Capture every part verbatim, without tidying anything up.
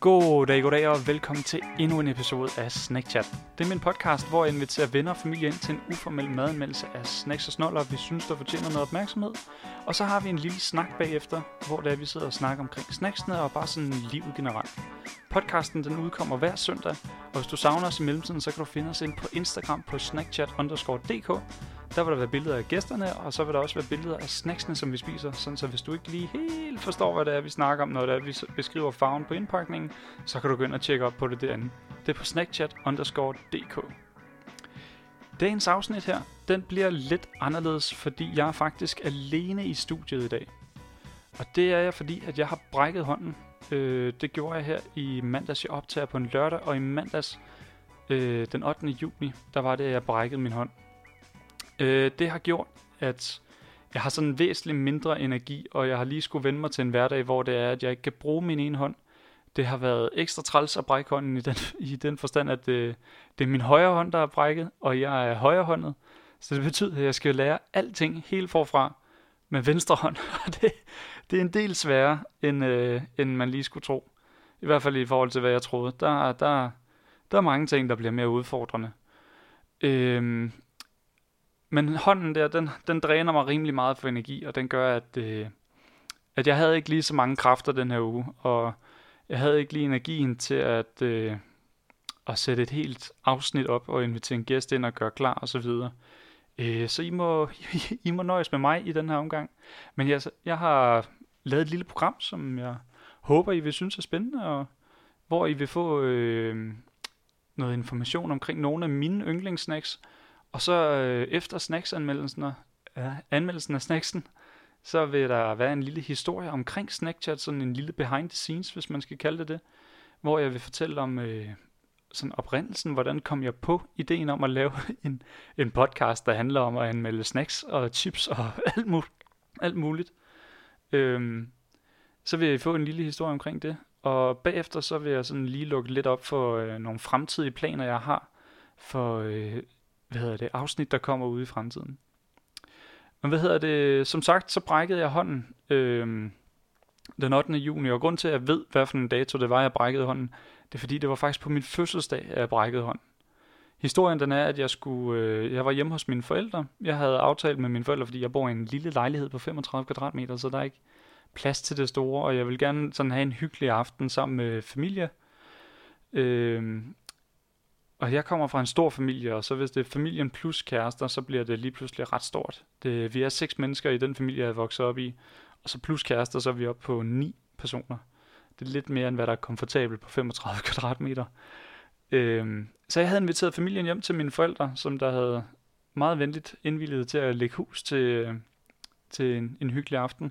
Goddag, goddag og velkommen til endnu en episode af Snack Chat. Det er min podcast, hvor jeg inviterer venner og familie ind til en uformel madanmeldelse af snacks og snoller, vi synes, der fortjener noget opmærksomhed. Og så har vi en lille snak bagefter, hvor der vi sidder og snakker omkring snacksene og bare sådan livet generelt. Podcasten den udkommer hver søndag, og hvis du savner os i mellemtiden, så kan du finde os ind på Instagram på snackchat underscore dk. Der vil der være billeder af gæsterne, og så vil der også være billeder af snacksene, som vi spiser. Sådan så hvis du ikke lige helt forstår, hvad det er, vi snakker om, når det er, vi beskriver farven på indpakningen, så kan du gå ind og tjekke op på det derinde. Det er på snackchat underscore dk. Dagens afsnit her, den bliver lidt anderledes, fordi jeg er faktisk alene i studiet i dag. Og det er jeg, fordi at jeg har brækket hånden. Øh, det gjorde jeg her i mandags. Jeg optager på en lørdag, og i mandags øh, den ottende juni, der var det, at jeg brækkede min hånd. Øh, det har gjort, at jeg har sådan væsentligt mindre energi, og jeg har lige skulle vende mig til en hverdag, hvor det er, at jeg ikke kan bruge min ene hånd. Det har været ekstra træls at brække hånden i den, i den forstand, at det, det er min højre hånd, der er brækket, og jeg er højrehåndet. Så det betyder, at jeg skal lære alting helt forfra med venstre hånd. det, det er en del sværere, end, øh, end man lige skulle tro. I hvert fald i forhold til, hvad jeg troede. Der, der, der er mange ting, der bliver mere udfordrende. Øhm, men hånden der, den, den dræner mig rimelig meget for energi, og den gør, at, øh, at jeg havde ikke lige så mange kræfter den her uge, og jeg havde ikke lige energien til at, øh, at sætte et helt afsnit op og invitere en gæst ind og gøre klar og så videre. Øh, så I må, I må nøjes med mig i den her omgang. Men jeg, jeg har lavet et lille program, som jeg håber, I vil synes er spændende, og hvor I vil få øh, noget information omkring nogle af mine yndlingssnacks. Og så øh, efter snacksanmeldelsen og øh, anmeldelsen af snacksen, så vil der være en lille historie omkring Snackchat, sådan en lille behind the scenes, hvis man skal kalde det det, hvor jeg vil fortælle om øh, sådan oprindelsen, hvordan kom jeg på ideen om at lave en, en podcast, der handler om at anmelde snacks og chips og alt, mul- alt muligt. Øhm, så vil jeg få en lille historie omkring det, og bagefter så vil jeg sådan lige lukke lidt op for øh, nogle fremtidige planer, jeg har for øh, hvad hedder det, afsnit, der kommer ude i fremtiden. Men hvad hedder det, som sagt, så brækkede jeg hånden øh, den ottende juni, og grund til, at jeg ved, hvad for en dato det var, jeg brækkede hånden, det er fordi, det var faktisk på min fødselsdag, at jeg brækkede hånden. Historien den er, at jeg skulle, øh, jeg var hjemme hos mine forældre. Jeg havde aftalt med mine forældre, fordi jeg bor i en lille lejlighed på femogtredive kvadratmeter, så der er ikke plads til det store, og jeg vil gerne sådan have en hyggelig aften sammen med familie. Øh, Og jeg kommer fra en stor familie, og så hvis det er familien plus kærester, så bliver det lige pludselig ret stort. Det, vi er seks mennesker i den familie, jeg er vokset op i, og så plus kærester, så er vi oppe på ni personer. Det er lidt mere, end hvad der er komfortabelt på femogtredive kvadratmeter. Øhm, så jeg havde inviteret familien hjem til mine forældre, som der havde meget venligt indvilliget til at lægge hus til, til en, en hyggelig aften.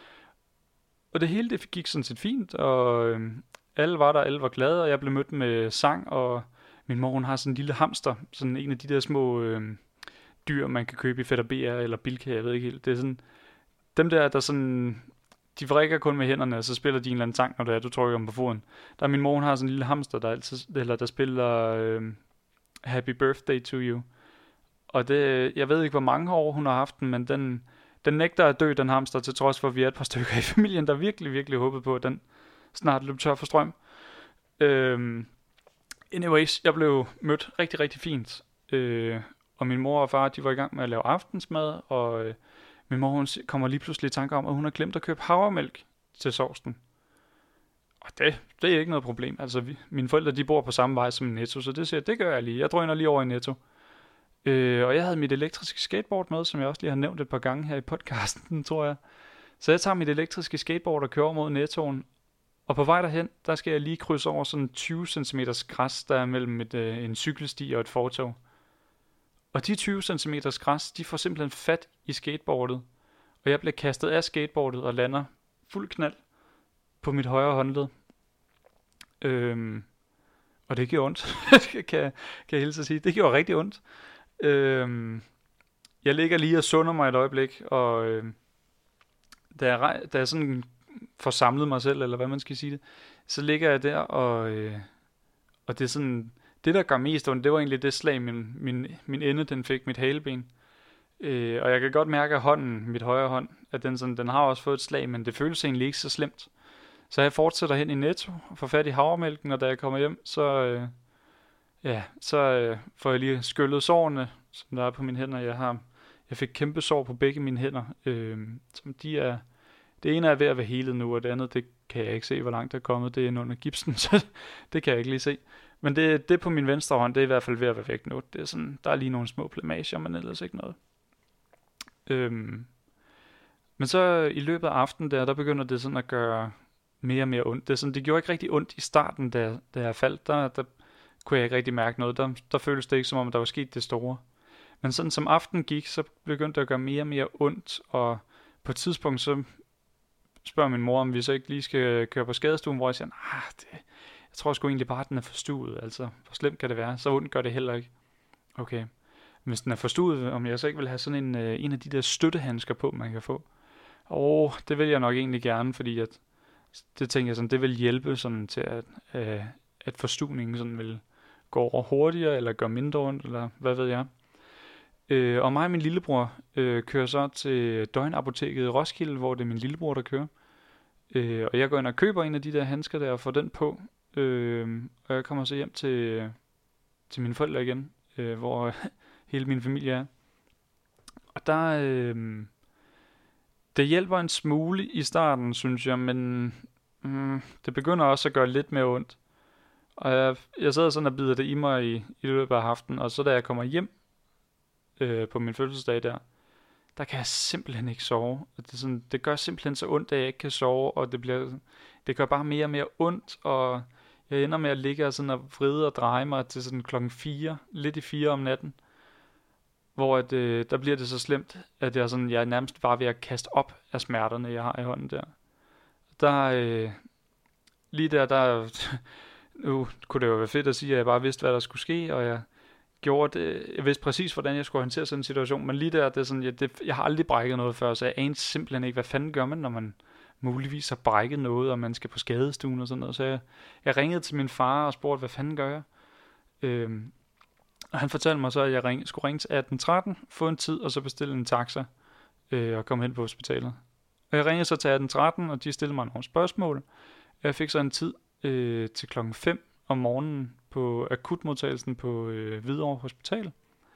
Og det hele det gik sådan set fint, og øhm, alle var der, alle var glade, og jeg blev mødt med sang, og min mor, hun har sådan en lille hamster, sådan en af de der små øh, dyr, man kan købe i Fætter B R eller Bilka, jeg ved ikke helt. Det er sådan, dem der, der sådan, de vrikker kun med hænderne, og så spiller de en eller anden sang, når det er, du trykker dem på foden. Der er min mor, hun har sådan en lille hamster, der altid, eller der spiller øh, Happy Birthday to You. Og det, jeg ved ikke, hvor mange år hun har haft den, men den, den nægter at dø, den hamster, til trods for, at vi er et par stykker i familien, der virkelig, virkelig håbede på, at den snart løb tør for strøm. Øh, Anyways, jeg blev mødt rigtig, rigtig fint, øh, og min mor og far, de var i gang med at lave aftensmad, og øh, min mor, hun kommer lige pludselig i tanke om, at hun har glemt at købe havremælk til sovsen. Og det, det er ikke noget problem. Altså, vi, mine forældre, de bor på samme vej som Netto, så det siger det gør jeg lige. Jeg drøner lige over i Netto. Øh, og jeg havde mit elektriske skateboard med, som jeg også lige har nævnt et par gange her i podcasten, tror jeg. Så jeg tager mit elektriske skateboard og kører over mod Nettoen. Og på vej derhen, der skal jeg lige krydse over sådan tyve centimeter græs, der er mellem et, øh, en cykelsti og et fortov. Og de tyve centimeter græs, de får simpelthen fat i skateboardet. Og jeg bliver kastet af skateboardet og lander fuld knald på mit højre håndled. Øhm, og det gjorde ondt, kan, kan jeg hilse at sige. Det gjorde rigtig ondt. Øhm, jeg ligger lige og sunder mig et øjeblik, og øh, da, jeg, da jeg sådan får samlet mig selv, eller hvad man skal sige det, så ligger jeg der, og, øh, og det er sådan, det der gør mest ondt, det var egentlig det slag, min, min, min ende, den fik, mit haleben. Øh, og jeg kan godt mærke, at hånden, mit højre hånd, at den, sådan, den har også fået et slag, men det føles egentlig ikke så slemt. Så jeg fortsætter hen i Netto og får fat i havremælken, og da jeg kommer hjem, så, øh, ja, så øh, får jeg lige skyllet sårene, som der er på mine hænder. Jeg har, jeg fik kæmpe sår på begge mine hænder, øh, som de er, det ene er ved at være helet nu, og det andet, det kan jeg ikke se, hvor langt det er kommet. Det er under gipsen, så det kan jeg ikke lige se. Men det, det på min venstre hånd, det er i hvert fald ved at være væk nu. Det er sådan, der er lige nogle små plamager, men ellers ikke noget. Øhm. Men så i løbet af aftenen der, der begynder det sådan at gøre mere og mere ondt. Det, er sådan, det gjorde ikke rigtig ondt i starten, da, da jeg faldt. Der, der kunne jeg ikke rigtig mærke noget. Der, der føltes det ikke, som om der var sket det store. Men sådan som aftenen gik, så begyndte det at gøre mere og mere ondt. Og på et tidspunkt, så spørger min mor, om vi så ikke lige skal køre på skadestuen, hvor jeg siger, nah, det, jeg tror sgu egentlig bare, at den er forstuet. Altså, hvor slemt kan det være? Så ondt gør det heller ikke. Okay. Hvis den er forstuet, om jeg så ikke vil have sådan en, en af de der støttehandsker på, man kan få. Og det vil jeg nok egentlig gerne, fordi at, det tænker jeg sådan, det vil hjælpe sådan til, at, øh, at forstuningen sådan vil gå over hurtigere, eller gøre mindre ondt, eller hvad ved jeg. Øh, og mig og min lillebror øh, kører så til døgnapoteket i Roskilde, hvor det er min lillebror, der kører. Øh, og jeg går ind og køber en af de der handsker der, og får den på. Øh, og jeg kommer så hjem til, til mine forældre igen, øh, hvor hele min familie er. Og der... Øh, Det hjælper en smule i starten, synes jeg, men mm, det begynder også at gøre lidt mere ondt. Og jeg, jeg sidder sådan og bider det i mig i, i løbet af aftenen, og så da jeg kommer hjem øh, på min fødselsdag der, der kan jeg simpelthen ikke sove. Det, er sådan, det gør simpelthen så ondt, at jeg ikke kan sove, og det, bliver, det gør bare mere og mere ondt, og jeg ender med at ligge og, sådan og vride og dreje mig til sådan klokken fire, lidt i fire om natten. Hvor at, øh, der bliver det så slemt, at jeg, sådan, jeg er nærmest bare ved at kaste op af smerterne, jeg har i hånden der. Der, øh, lige der, der, nu kunne det jo være fedt at sige, at jeg bare vidste, hvad der skulle ske, og jeg gjorde det, jeg vidste præcis, hvordan jeg skulle håndtere sådan en situation, men lige der, det er sådan, jeg, det, jeg har aldrig brækket noget før, så jeg anede simpelthen ikke, hvad fanden gør man, når man muligvis har brækket noget, og man skal på skadestuen og sådan noget. Så jeg, jeg ringede til min far og spurgte, hvad fanden gør jeg? Øh, Og han fortalte mig så, at jeg ring, skulle ringe til atten tretten, få en tid, og så bestille en taxa øh, og komme hen på hospitalet. Og jeg ringede så til atten tretten, og de stillede mig nogle spørgsmål. Jeg fik så en tid øh, til klokken fem om morgenen på akutmodtagelsen på øh, Hvidovre Hospital.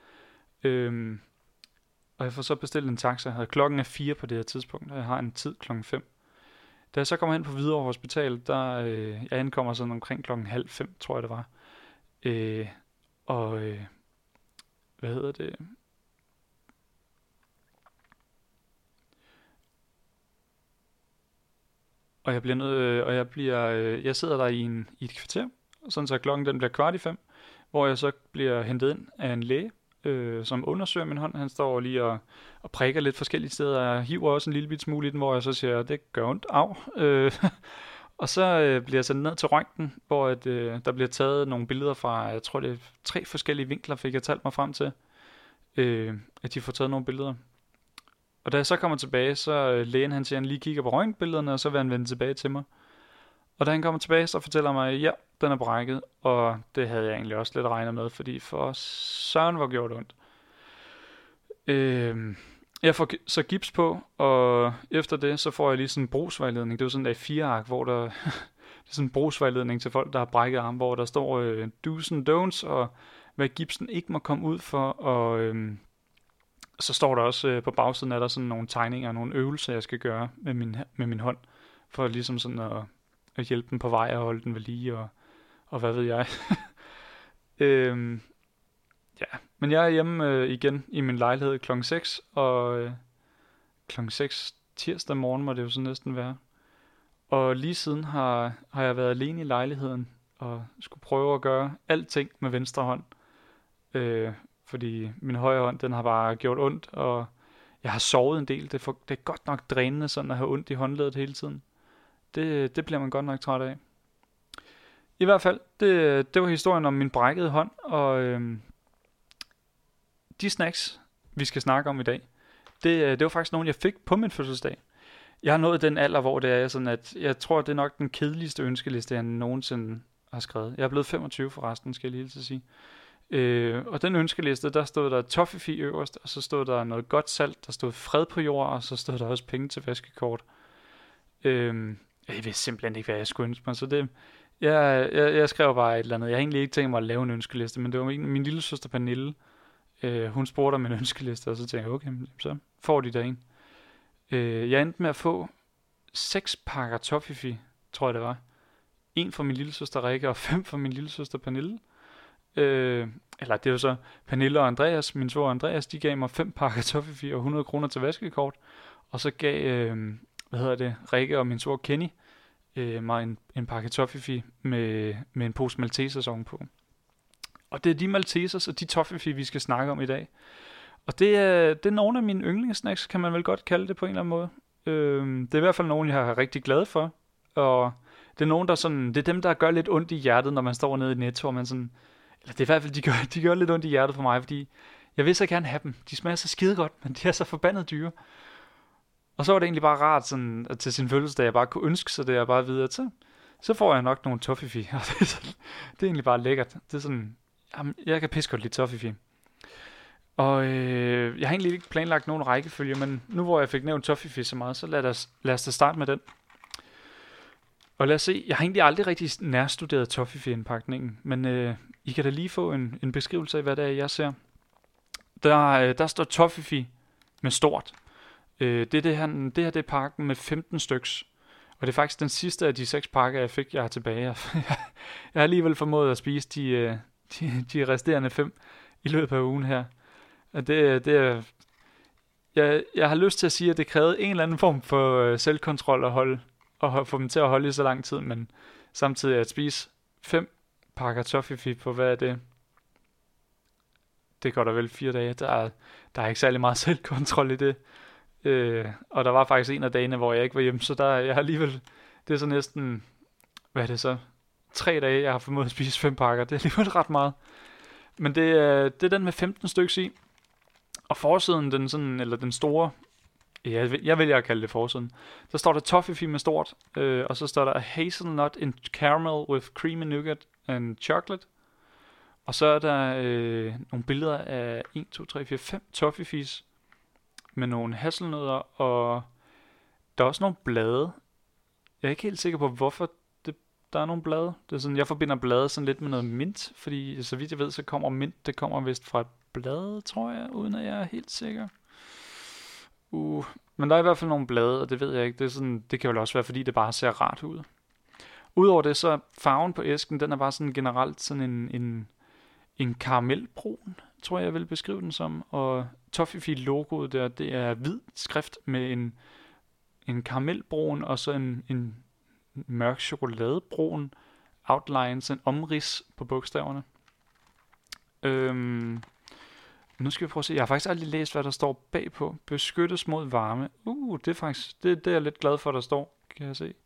Øh, og jeg får så bestilt en taxa. Og klokken er fire på det her tidspunkt, og jeg har en tid klokken fem. Da jeg så kommer hen på Hvidovre Hospital, der øh, jeg ankommer sådan omkring klokken halv fem, tror jeg det var. Øh, Og, øh, hvad hedder det? Og jeg bliver nødt, øh, og jeg bliver, øh, jeg sidder der i, en, i et kvarter, sådan så klokken den bliver kvart i fem, hvor jeg så bliver hentet ind af en læge, øh, som undersøger min hånd. Han står lige og, og prikker lidt forskellige steder. Jeg hiver også en lille bit smule i den, hvor jeg så siger, det gør ondt, af. Øh, Og så øh, bliver jeg sendt ned til røntgen, hvor at, øh, der bliver taget nogle billeder fra, jeg tror det er tre forskellige vinkler, fik jeg talt mig frem til, øh, at de får taget nogle billeder. Og da jeg så kommer tilbage, så øh, lægen han siger, han lige kigger på røntgenbillederne, og så vil han vende tilbage til mig. Og da han kommer tilbage, så fortæller mig, ja, den er brækket, og det havde jeg egentlig også lidt regnet med, fordi for søren var gjort ondt. Øh, Jeg får så gips på, og efter det, så får jeg lige sådan en brugsvejledning. Det er jo sådan en A fire ark, hvor der det er sådan en brugsvejledning til folk, der har brækket arm, hvor der står øh, do's and don'ts, og hvad gipsen ikke må komme ud for, og øh, så står der også øh, på bagsiden, er der sådan nogle tegninger, nogle øvelser, jeg skal gøre med min, med min hånd, for ligesom sådan at, at hjælpe den på vej og holde den ved lige, og, og hvad ved jeg. øh, Ja, men jeg er hjemme øh, igen i min lejlighed klokken seks, og øh, klokken seks tirsdag morgen må det jo så næsten være. Og lige siden har, har jeg været alene i lejligheden, og skulle prøve at gøre alting med venstre hånd. Øh, fordi min højre hånd, den har bare gjort ondt, og jeg har sovet en del. Det er, for, det er godt nok drænende sådan at have ondt i håndledet hele tiden. Det, det bliver man godt nok træt af. I hvert fald, det, det var historien om min brækkede hånd, og... Øh, De snacks, vi skal snakke om i dag, det, det var faktisk nogle, jeg fik på min fødselsdag. Jeg har nået den alder, hvor det er sådan, at jeg tror, det er nok den kedeligste ønskeliste, jeg nogensinde har skrevet. Jeg er blevet femogtyve forresten, skal jeg lige til at sige. Øh, og den ønskeliste, der stod der toffefi øverst, og så stod der noget godt salt, der stod fred på jord, og så stod der også penge til vaskekort. Øh, Jeg vidste simpelthen ikke, hvad jeg skulle ønske mig, så det... Jeg, jeg, jeg skrev bare et eller andet. Jeg har egentlig ikke tænkt mig at lave en ønskeliste, men det var min, min lille søster Pernille. Øh, hun spurgte om en ønskeliste, og så tænkte jeg, okay, så får de der en. Øh, jeg endte med at få seks pakker Toffifee, tror jeg det var. En for min lille søster Rikke, og fem for min lille søster Pernille. Øh, eller det var så Pernille og Andreas, min svor Andreas, de gav mig fem pakker Toffifee og hundrede kroner til vaskekort. Og så gav, øh, hvad hedder det, Rikke og min svor Kenny øh, mig en, en pakke Toffifee med, med en pose Maltesers ovenpå. Og det er de Maltesers og de Toffifee, vi skal snakke om i dag. Og det er, det er nogle af mine yndlingssnacks, kan man vel godt kalde det på en eller anden måde. Øh, det er i hvert fald nogle, jeg er rigtig glad for. Og det er nogen, der sådan, det er dem, der gør lidt ondt i hjertet, når man står nede i Netto, og man sådan, eller det er i hvert fald, de gør, de gør lidt ondt i hjertet for mig, fordi jeg vil så gerne have dem. De smager så skide godt, men de er så forbandet dyre. Og så var det egentlig bare rart sådan, at til sin fødselsdag, jeg bare kunne ønske sig det, jeg bare videre til. Så får jeg nok nogle Toffifee, og det er, sådan, det er egentlig bare lækkert. Det er sådan, jamen, jeg kan pisse godt lide Toffifee. Og øh, jeg har egentlig ikke planlagt nogen rækkefølge, men nu hvor jeg fik nævnt Toffifee så meget, så lad os, lad os da starte med den. Og lad os se, jeg har egentlig aldrig rigtig nærstuderet Toffifee-indpakningen, men øh, I kan da lige få en, en beskrivelse af, hvad det er, jeg ser. Der, øh, der står Toffifee med stort. Øh, det, er det, her, det her det er pakken med femten styks. Og det er faktisk den sidste af de seks pakker, jeg fik, jeg har tilbage. Jeg har alligevel formået at spise de, de, de resterende fem i løbet af ugen her. Og det, det er... Jeg, jeg har lyst til at sige, at det krævede en eller anden form for selvkontrol at holde, og få dem til at holde i så lang tid, men samtidig at spise fem pakker Toffifee på, hvad er det? Det går der vel fire dage. Der er, der er ikke særlig meget selvkontrol i det. Øh, og der var faktisk en af dagene, hvor jeg ikke var hjemme, så der jeg har alligevel, det er så næsten, hvad er det så? Tre dage, jeg har formået at spise fem pakker. Det er alligevel ret meget. Men det er, det er den med femten stykker i. Og forsiden, den sådan, eller den store, ja, jeg vælger at kalde det forsiden. Der står der Toffifee med stort, øh, og så står der hazelnut in caramel with creamy nougat and chocolate. Og så er der øh, nogle billeder af en, to, tre, fire, fem Toffifees med nogle hasselnødder, og der er også nogle blade. Jeg er ikke helt sikker på, hvorfor det, der er nogle blade. Det er sådan, jeg forbinder blade sådan lidt med noget mint, fordi så vidt jeg ved, så kommer mint, det kommer vist fra et blade, tror jeg, uden at jeg er helt sikker. Uh, men der er i hvert fald nogle blade, og det ved jeg ikke. Det, er sådan, det kan jo også være, fordi det bare ser rart ud. Udover det, så farven på æsken, den er bare sådan generelt sådan en, en, en karamelbrun, tror jeg, jeg vil beskrive den som. Og Toffifee-logoet der, det er hvid skrift med en, en karamelbrun, og så en, en mørk chokoladebrun outline, sådan en omrids på bogstaverne. Øhm, nu skal vi prøve at se. Jeg har faktisk aldrig læst, hvad der står bagpå. Beskyttes mod varme. Uh, det er faktisk, det, det er jeg lidt glad for, der står, kan jeg se.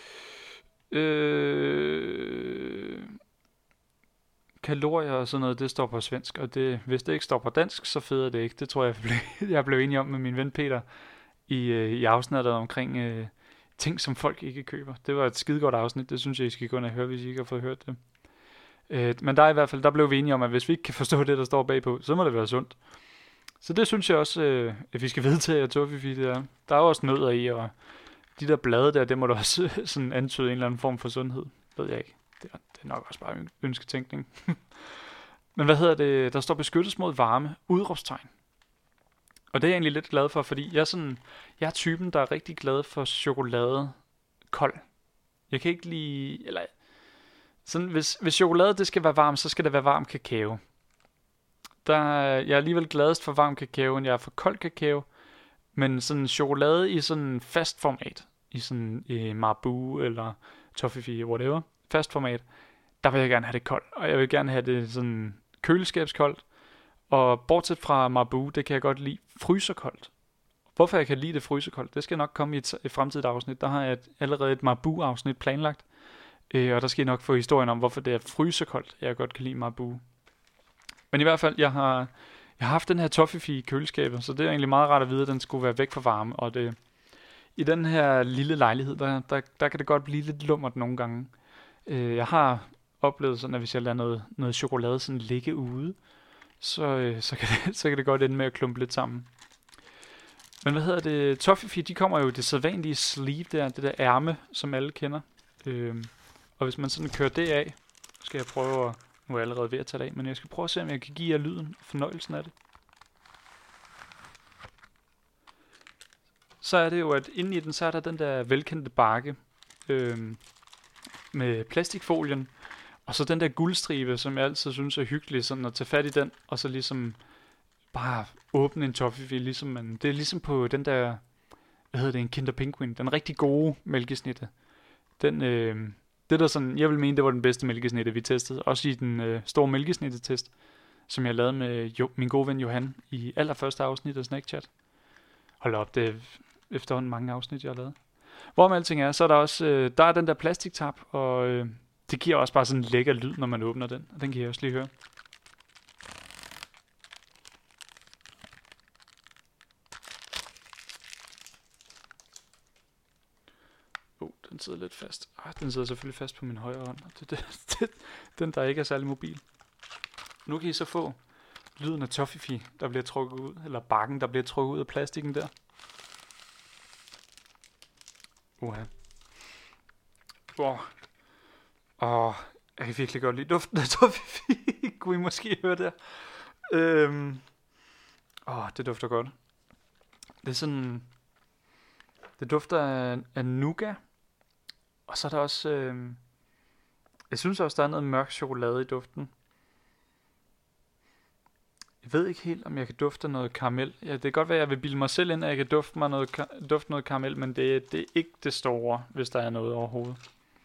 Øh... Kalorier og sådan noget, det står på svensk, og det, hvis det ikke står på dansk, så feder det ikke. Det tror jeg, jeg blev enig om med min ven Peter i, øh, i afsnittet omkring øh, ting, som folk ikke køber. Det var et skidegodt afsnit, det synes jeg, I skal gå ind og høre, hvis I ikke har fået hørt det. Øh, men der er i hvert fald, der blev vi enige om, at hvis vi ikke kan forstå det, der står bagpå, så må det være sundt. Så det synes jeg også, øh, at vi skal vedtage, at Toffifee det er. Der er jo også nødder i, og de der blade der, det må da også sådan antyde en eller anden form for sundhed. Ved jeg ikke. Det er, det er nok også bare ønsketænkning. Men hvad hedder det? Der står beskyttes mod varme. Udråbstegn. Og det er jeg egentlig lidt glad for, fordi jeg er, sådan, jeg er typen, der er rigtig glad for chokolade kold. Jeg kan ikke lide... Eller, sådan, hvis, hvis chokolade det skal være varm, så skal det være varm kakao. Der, jeg er alligevel gladest for varm kakao, end jeg er for kold kakao. Men sådan chokolade i sådan fast format. I sådan eh, Marabou eller Toffifee, whatever. Fast format, der vil jeg gerne have det koldt, og jeg vil gerne have det sådan køleskabskoldt, og bortset fra Marabou, det kan jeg godt lide fryserkoldt. Hvorfor jeg kan lide det fryserkoldt, det skal nok komme i et, et fremtidigt afsnit. Der har jeg et, allerede et Marabou-afsnit planlagt, øh, og der skal I nok få historien om, hvorfor det er fryserkoldt, jeg godt kan lide Marabou. Men i hvert fald, jeg har, jeg har haft den her Toffifee i køleskabet, så det er egentlig meget rart at vide, at den skulle være væk fra varme, og det, i den her lille lejlighed, der, der, der kan det godt blive lidt lummert nogle gange. Jeg har oplevet sådan, at hvis jeg lader noget, noget chokolade sådan ligge ude, så, så, kan det, så kan det godt ende med at klumpe lidt sammen. Men hvad hedder det? Toffifee, de kommer jo i det sædvanlige sleeve der, det der ærme, som alle kender. Øhm, og hvis man sådan kører det af, skal jeg prøve at... Nu er jeg allerede ved at tage det af, men jeg skal prøve at se, om jeg kan give jer lyden og fornøjelsen af det. Så er det jo, at inde i den, så er der den der velkendte bakke øhm, med plastikfolien. Og så den der guldstribe, som jeg altid synes er hyggelig, sådan at tage fat i den, og så ligesom bare åbne en toffifee, ligesom man, det er ligesom på den der, hvad hedder det, en Kinder Penguin, den rigtig gode mælkesnitte. Den, øh, det der sådan, jeg vil mene, det var den bedste mælkesnitte, vi testede, også i den øh, store mælkesnittetest, som jeg lavede med jo, min gode ven Johan i allerførste afsnit af Snackchat. Hold op, det er efterhånden mange afsnit, jeg har lavet. Hvorom alting er, så er der også, øh, der er den der plastiktab, og øh, det giver også bare sådan en lækker lyd, når man åbner den, og den kan jeg også lige høre. Oh, den sidder lidt fast. Ah, den sidder selvfølgelig fast på min højre hånd. Det, det, det, den, der ikke er særlig mobil. Nu kan I så få lyden af toffifee, der bliver trukket ud, eller bakken, der bliver trukket ud af plastikken der. Uha. Wow. Åh, jeg kan virkelig godt lide duften af toffifee. Kunne I måske høre der? Øhm. Åh, det dufter godt. Det er sådan... Det dufter af, af nougat. Og så er der også... Øh, jeg synes også, der er noget mørk chokolade i duften. Jeg ved ikke helt, om jeg kan dufte noget karamel. Ja, det kan godt være, at jeg vil bilde mig selv ind, at jeg kan dufte, mig noget, dufte noget karamel, men det, det er ikke det store, hvis der er noget overhovedet.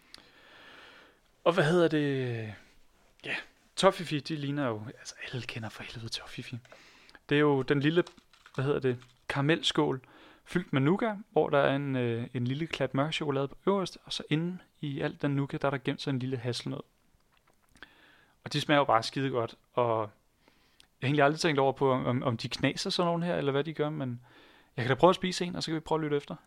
Og hvad hedder det? Ja, toffifee, de ligner jo... Altså, alle kender for helvede toffifee. Det er jo den lille, hvad hedder det, karamelskål, fyldt med nougat, hvor der er en, øh, en lille klat mørk chokolade på øverst, og så inde i alt den nougat, der er der gemt sig en lille hasselnød. Og de smager jo bare skide godt, og jeg har egentlig aldrig tænkt over på, om, om de knaser sådan nogle her, eller hvad de gør, men jeg kan da prøve at spise en, og så kan vi prøve at lytte efter.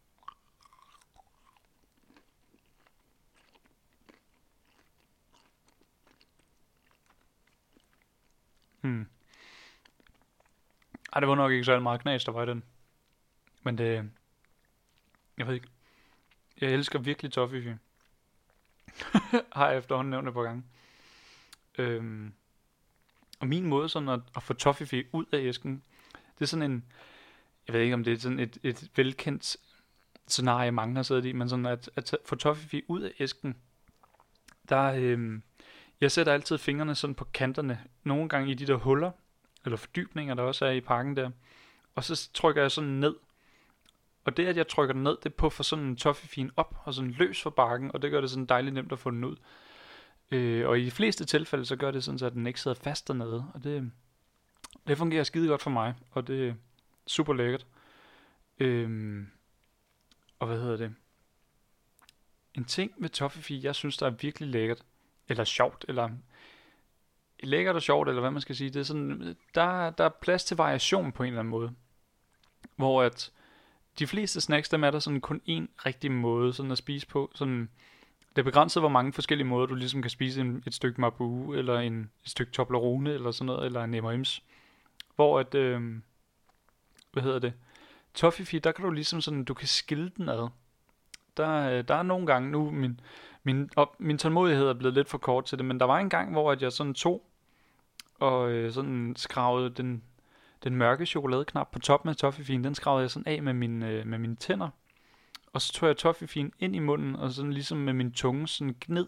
Hmm. Ej, det var nok ikke så meget knas, der var i den. Men det... Jeg ved ikke. Jeg elsker virkelig toffifee. Har jeg efterhånden nævnt det på gange. Øhm, og min måde sådan at, at få toffifee ud af æsken, det er sådan en... Jeg ved ikke, om det er sådan et, et velkendt scenarie, mange har siddet i, men sådan at, at få toffifee ud af æsken, der... Øhm, jeg sætter altid fingrene sådan på kanterne, nogle gange i de der huller, eller fordybninger, der også er i pakken der, og så trykker jeg sådan ned. Og det, at jeg trykker den ned, det puffer sådan en toffifeen op, og sådan løs for bakken, og det gør det sådan dejligt nemt at få den ud. Øh, og i de fleste tilfælde, så gør det sådan, så at den ikke sidder fast dernede, og det, det fungerer skide godt for mig, og det er super lækkert. Øh, og hvad hedder det? En ting med toffifee, jeg synes, der er virkelig lækkert, eller sjovt, eller lækkert og sjovt, eller hvad man skal sige, det er sådan, der, der er plads til variation på en eller anden måde. Hvor at de fleste snacks, dem er der sådan kun en rigtig måde sådan at spise på. Sådan, det er begrænset, hvor mange forskellige måder, du ligesom kan spise en, et stykke Marabou, eller en, et stykke Toblerone, eller sådan noget, eller en M og M's. Hvor at, øh, hvad hedder det, toffifee, der kan du ligesom sådan, du kan skille den ad. Der, der er nogle gange nu, min, min, op, min tålmodighed er blevet lidt for kort til det, men der var en gang, hvor at jeg sådan tog, og øh, sådan skravede den, den mørke chokoladeknap på toppen af toffifeen, den skravede jeg sådan af med, min, øh, med mine tænder. Og så tog jeg toffifeen ind i munden, og sådan ligesom med min tunge sådan gnid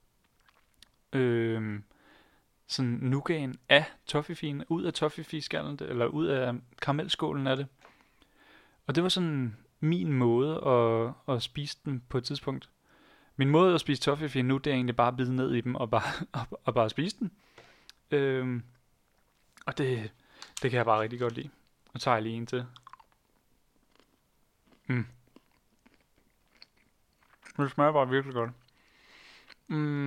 øh, sådan nougaten af toffifeen, ud af toffifee-skallen, eller ud af karamelskålen af det. Og det var sådan min måde at, at spise den på et tidspunkt. Min måde at spise toffifee nu, det er egentlig bare at bide ned i dem og bare, og, og bare spise den. Øhm, og det, det kan jeg bare rigtig godt lide. Nu tager jeg lige en til. Mm. Det smager bare virkelig godt. Mm.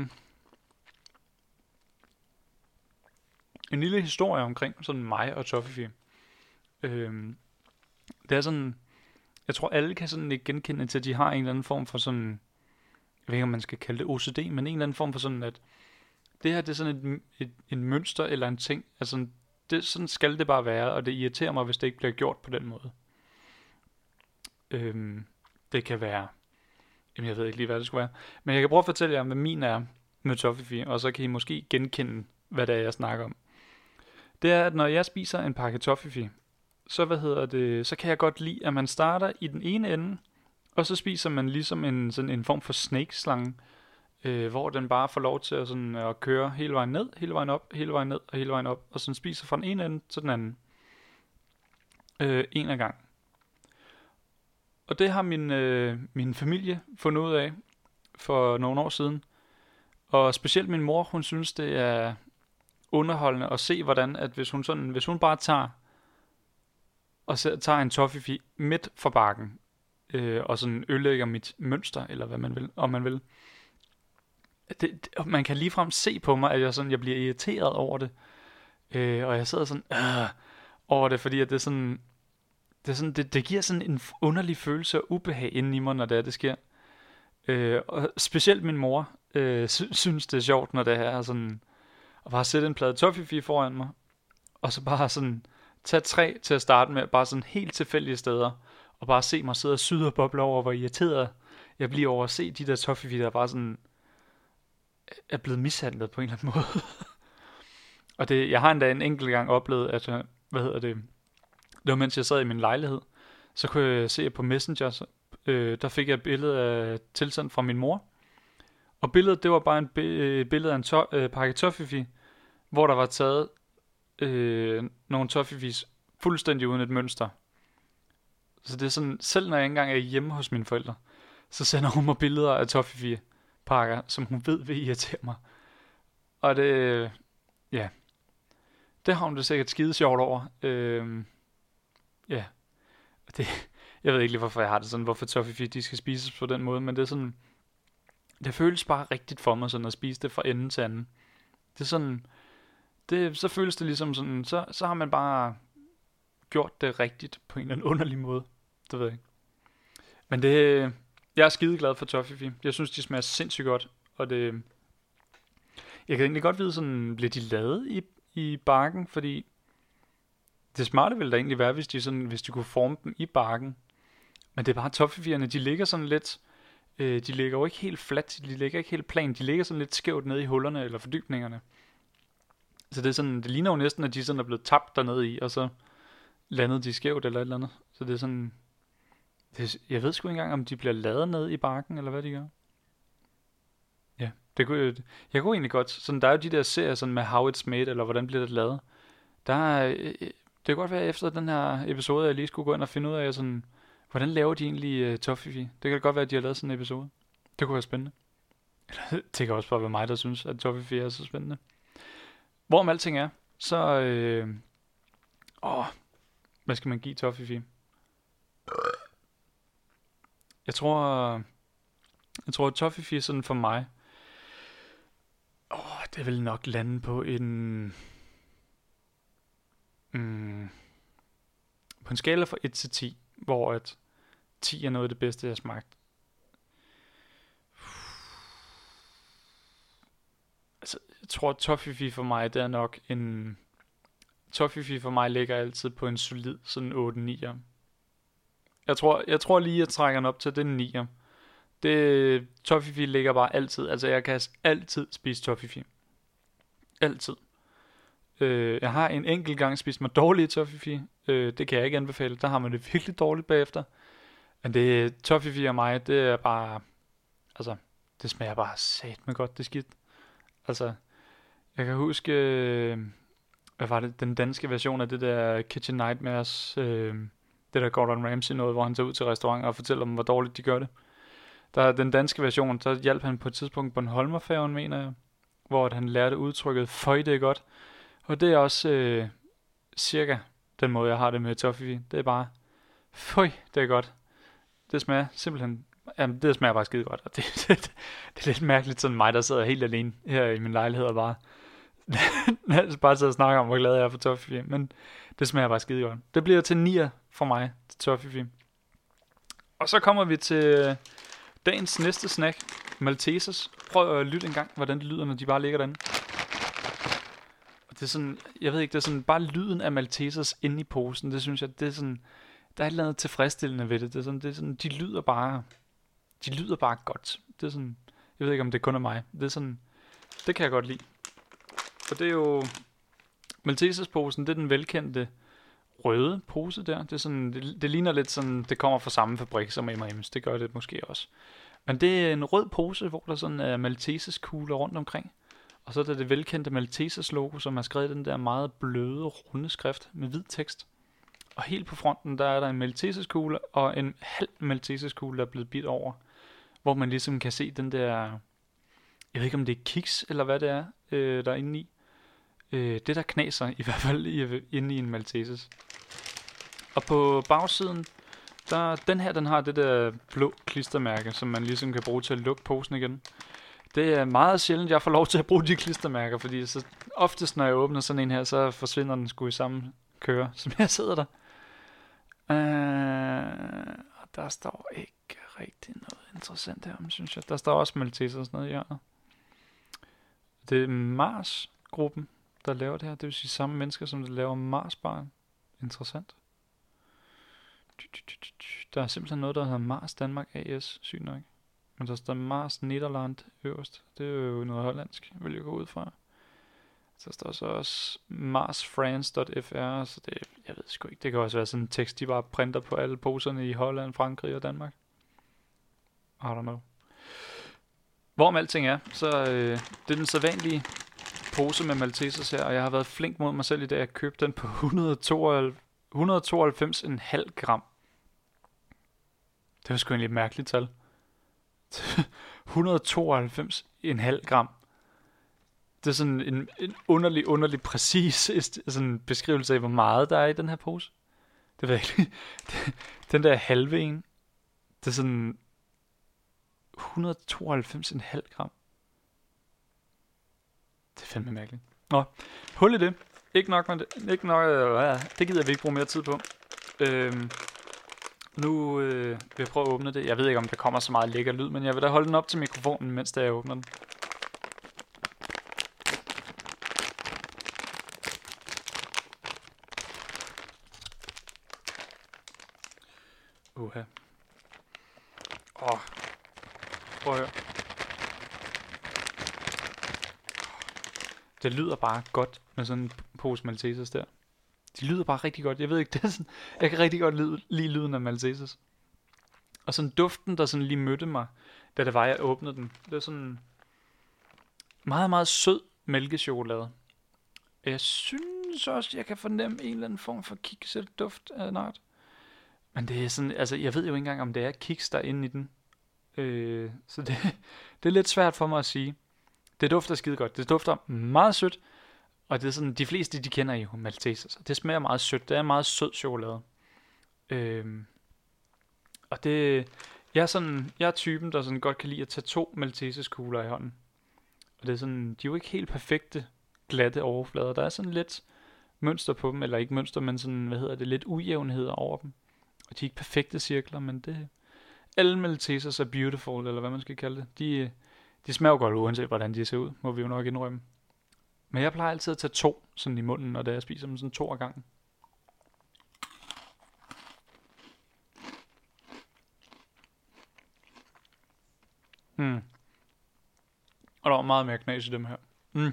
En lille historie omkring sådan mig og toffifee. Øhm, det er sådan... Jeg tror, alle kan sådan ikke genkende til, at de har en eller anden form for sådan, jeg ved ikke, om man skal kalde det O C D, men en eller anden form for sådan, at det her, det er sådan et, et, et mønster eller en ting. Altså, det, sådan skal det bare være, og det irriterer mig, hvis det ikke bliver gjort på den måde. Øhm, det kan være, jamen jeg ved ikke lige, hvad det skulle være. Men jeg kan prøve at fortælle jer, hvad min er med toffifee, og så kan I måske genkende, hvad det er, jeg snakker om. Det er, at når jeg spiser en pakke toffifee, så, hvad hedder det, så kan jeg godt lide, at man starter i den ene ende, og så spiser man ligesom en, sådan en form for snake-slange, øh, hvor den bare får lov til at, sådan, at køre hele vejen ned, hele vejen op, hele vejen ned og hele vejen op, og sådan spiser fra den ene ende til den anden. Øh, en af gang. Og det har min, øh, min familie fundet ud af for nogle år siden. Og specielt min mor, hun synes, det er underholdende at se, hvordan, at hvis hun, sådan, hvis hun bare tager, og så, tager en toffifee midt for bakken, øh, og sådan ødelægger mit mønster, eller hvad man vil, om man vil. Det, det, man kan ligefrem se på mig, at jeg, sådan, jeg bliver irriteret over det. Øh, og jeg sidder sådan øh, over det, fordi at det er sådan, det, er sådan det, det giver sådan en underlig følelse af ubehag inden i mig, når det er, det sker. Øh, og specielt min mor øh, sy- synes, det er sjovt, når det er sådan, at bare sætte en plade toffifee foran mig, og så bare sådan tage tre til at starte med, bare sådan helt tilfældige steder, og bare se mig sidde og syde og boble over, hvor irriteret jeg bliver over at se de der toffifee, der bare sådan er blevet mishandlet på en eller anden måde. Og det, jeg har endda en enkelt gang oplevet, at, hvad hedder det, det var mens jeg sad i min lejlighed, så kunne jeg se på Messenger, så, øh, der fik jeg et billede af tilsendt fra min mor, og billedet, det var bare en bi- billede af en to- øh, pakke toffifee, hvor der var taget øh, nogle toffifees fuldstændig uden et mønster. Så det er sådan, selv når jeg ikke engang er hjemme hos mine forældre, så sender hun mig billeder af toffifee pakker, som hun ved vil irritere mig. Og det, ja, det har hun det sikkert skide sjovt over. Øhm, ja, det, jeg ved ikke lige, hvorfor jeg har det sådan, hvorfor toffifee, de skal spises på den måde, men det er sådan, det føles bare rigtigt for mig, sådan at spise det fra ende til anden. Det er sådan, det, så føles det ligesom sådan, så, så har man bare gjort det rigtigt på en eller anden underlig måde. Det ved jeg ikke. Men det, jeg er skide glad for toffifee. Jeg synes, de smager sindssygt godt. Og det, jeg kan egentlig godt vide, sådan, bliver de lavet i, i barken? Fordi det smarte ville da egentlig være, hvis de, sådan, hvis de kunne forme dem i barken. Men det er bare toffifeerne, de ligger sådan lidt, øh, de ligger jo ikke helt fladt, de ligger ikke helt plan, de ligger sådan lidt skævt nede i hullerne eller fordybningerne. Så det er sådan, det ligner jo næsten, at de sådan er blevet tabt dernede i, og så landede de skævt eller et eller andet. Så det er sådan, det, jeg ved sgu ikke engang, om de bliver lavet ned i barken, eller hvad de gør. Ja, det kunne, jeg kunne egentlig godt, sådan, der er jo de der serier sådan med How It's Made, eller hvordan bliver det lavet. Der er, det kan godt være efter den her episode, jeg lige skulle gå ind og finde ud af, sådan, hvordan laver de egentlig uh, toffifee. Det kan godt være, at de har lavet sådan en episode. Det kunne være spændende. Det kan også bare være mig, der synes, at toffifee er så spændende. Hvorom alting er, så, øh, åh, hvad skal man give toffifee? Jeg tror, jeg tror, at toffifee sådan for mig, åh, det vil nok lande på en, mm, på en skala fra et til ti, hvor at ti er noget af det bedste, jeg har smagt. Altså, jeg tror, at toffifee for mig, det er nok en, toffifee for mig ligger altid på en solid sådan otte ni'er. Jeg tror, jeg tror lige, jeg trækker den op til den ni'er. Det, toffifee ligger bare altid. Altså, jeg kan altid spise toffifee. Altid. Øh, jeg har en enkelt gang spist mig dårlig toffifee. Øh, det kan jeg ikke anbefale. Der har man det virkelig dårligt bagefter. Men det, toffifee og mig, det er bare, altså, det smager bare satme godt, det skidt. Altså, jeg kan huske, øh, hvad var det, den danske version af det der Kitchen Nightmares, øh, det der Gordon Ramsay noget, hvor han tager ud til restauranter og fortæller dem, hvor dårligt de gør det. Der er den danske version, så hjalp han på et tidspunkt på en Holmerfærgen, mener jeg, hvor han lærte udtrykket, føj, det er godt. Og det er også øh, cirka den måde, jeg har det med toffifee. Det er bare, føj, det er godt. Det smager simpelthen, jamen det smager bare skide godt. Og det, det, det er lidt mærkeligt, sådan mig, der sidder helt alene her i min lejlighed og bare, bare sidder og snakker om, hvor glad jeg er for toffifee. Men det smager bare skide godt. Det bliver til ni'er for mig, til toffifee. Og så kommer vi til dagens næste snack, Maltesers. Prøv at lytte en gang, hvordan det lyder, når de bare ligger derinde. Og det er sådan, jeg ved ikke, det er sådan bare lyden af Maltesers inde i posen. Det synes jeg, det er sådan, der er et eller andet tilfredsstillende ved det. Det er sådan, det er sådan, de lyder bare, de lyder bare godt. Det er sådan, jeg ved ikke om det kun er mig. Det er sådan, det kan jeg godt lide. For det er jo, Maltesers-posen, det er den velkendte røde pose der. Det er sådan, det, det ligner lidt sådan, det kommer fra samme fabrik som M og M's. Det gør det måske også. Men det er en rød pose, hvor der sådan er Maltesers kugler rundt omkring. Og så er der det velkendte Maltesers logo, som er skrevet i den der meget bløde, runde skrift med hvid tekst. Og helt på fronten, der er der en Maltesers kugle og en halv Maltesers kugle, der er blevet bidt over. Hvor man ligesom kan se den der, jeg ved ikke om det er kiks eller hvad det er, øh, der er inde i. Øh, det der knaser i hvert fald i, inde i en Maltesers. Og på bagsiden, der, den her den har det der blå klistermærke, som man ligesom kan bruge til at lukke posen igen. Det er meget sjældent, jeg får lov til at bruge de klistermærker, fordi så oftest, når jeg åbner sådan en her, så forsvinder den sgu i samme køre, som jeg sidder der. Uh, og der står ikke rigtig noget interessant her, synes jeg. Der står også Malteser og sådan noget i hjørnet. Det er Mars-gruppen, der laver det her. Det vil sige samme mennesker, som der laver Mars-barn. Interessant. Der er simpelthen noget, der hedder Mars Danmark A S, sygt nok. Men der står Mars Nederland øverst. Det er jo noget hollandsk, vil jeg gå ud fra. Så står så også marsfrance.fr, så det, jeg ved sgu ikke. Det kan også være sådan en tekst, de bare printer på alle poserne i Holland, Frankrig og Danmark. I don't know. Hvorom alting er, så øh, det er den sædvanlige pose med Maltesers her, og jeg har været flink mod mig selv i dag at købe den på et hundrede og tooghalvfems komma fem gram. Det var sgu egentlig et mærkeligt tal. et hundrede og tooghalvfems komma fem gram. Det er sådan en, en underlig, underlig præcis sådan beskrivelse af, hvor meget der er i den her pose. Det ved jeg ikke. Den der halve en, det er sådan et hundrede og tooghalvfems komma fem gram. Det er fandme mærkeligt. Nå, hul i det. Ikke nok med det. Ikke nok, øh, det gider vi ikke bruge mere tid på. Øhm, nu øh, vil jeg prøve at åbne det. Jeg ved ikke, om der kommer så meget lækker lyd, men jeg vil da holde den op til mikrofonen, mens jeg åbner den. Uha. Åh. Prøv at høre. Det lyder bare godt med sådan en pose Maltesers der. De lyder bare rigtig godt. Jeg ved ikke, det er sådan, jeg kan rigtig godt lide, lide lyden af Maltesers. Og sådan duften, der sådan lige mødte mig, da det var, jeg åbnede den. Det er sådan meget, meget sød mælkechokolade. Jeg synes også, jeg kan fornemme en eller anden form for kikset duft af en art. Men det er sådan, altså jeg ved jo ikke engang, om det er kiks, der er inde i den. Øh, så det, det er lidt svært for mig at sige. Det dufter skide godt. Det dufter meget sødt. Og det er sådan, de fleste, de kender jo Maltesers. Det smager meget sødt. Det er meget sød chokolade. Øh, og det, jeg er sådan, jeg er typen, der sådan godt kan lide at tage to Maltesers kugler i hånden. Og det er sådan, de er jo ikke helt perfekte, glatte overflader. Der er sådan lidt mønster på dem, eller ikke mønster, men sådan, hvad hedder det, lidt ujævnheder over dem. Og de er ikke perfekte cirkler, men det, alle Maltesers er beautiful, eller hvad man skal kalde det. De, de smager godt, uanset hvordan de ser ud, må vi jo nok indrømme. Men jeg plejer altid at tage to sådan i munden, når jeg spiser dem sådan to af gangen. Hmm. Og der var meget mere knas i dem her. Mm.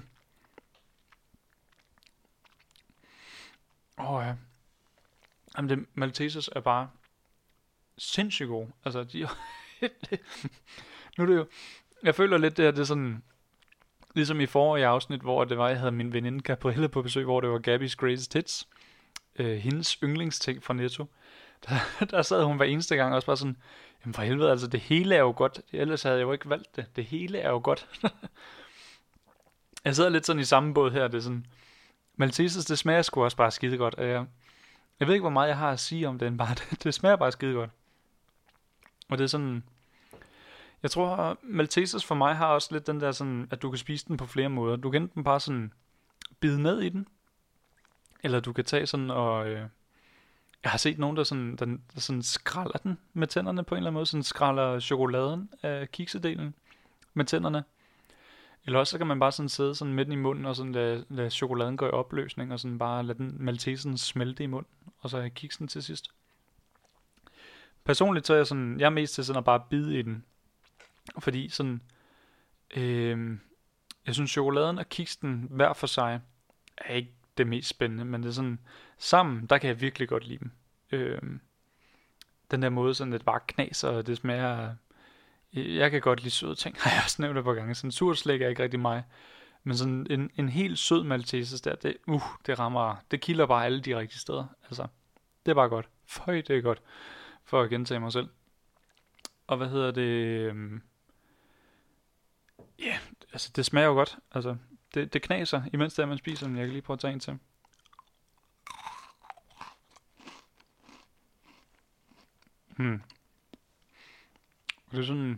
Åh oh, ja. Jamen det, Maltesers er bare sindssygt gode. Altså de nu er det jo, jeg føler lidt det her, det er sådan ligesom i forrige afsnit, hvor det var, jeg havde min veninde Gabrielle på besøg, hvor det var Gabby's Greatest Hits. Øh, hendes yndlingsting fra Netto. Der, der sad hun hver eneste gang også bare sådan, jamen for helvede, altså det hele er jo godt. Ellers havde jeg jo ikke valgt det. Det hele er jo godt. Jeg sidder lidt sådan i samme båd her. Det er sådan, Maltesers, det smager sgu også bare skide godt. Jeg, jeg ved ikke, hvor meget jeg har at sige om den, bare det, det smager bare skide godt. Og det er sådan, jeg tror, Maltesers for mig har også lidt den der sådan, at du kan spise den på flere måder. Du kan enten bare sådan bide ned i den, eller du kan tage sådan og, øh, jeg har set nogen, der sådan, der, der sådan skralder den med tænderne på en eller anden måde, sådan skralder chokoladen af kiksedelen med tænderne. Eller også så kan man bare sådan sidde sådan midt i munden, og sådan lade, lade chokoladen gå i opløsning, og sådan bare lade den Malteseren smelte i munden, og så have kiksen til sidst. personligt så er jeg sådan, jeg er mest til sådan at bare bide i den. Fordi sådan, øh, jeg synes chokoladen og kiksen hver for sig er ikke det mest spændende, men det er sådan, sammen, der kan jeg virkelig godt lide dem. Øh, den der måde, sådan det bare knaser, og det smager, jeg kan godt lide søde ting, har jeg også nævnt det på gange. Sådan surt slik er ikke rigtig mig, men sådan en, en helt sød Maltesers der, det, uh, det rammer, det kilder bare alle de rigtige steder, altså, det er bare godt. Føj, det er godt, for at gentage mig selv. Og hvad hedder det, ja, yeah, altså det smager jo godt, altså, det, det knaser, imens det er, man spiser den. Jeg kan lige prøve at tage en til. Hmm. Det er sådan,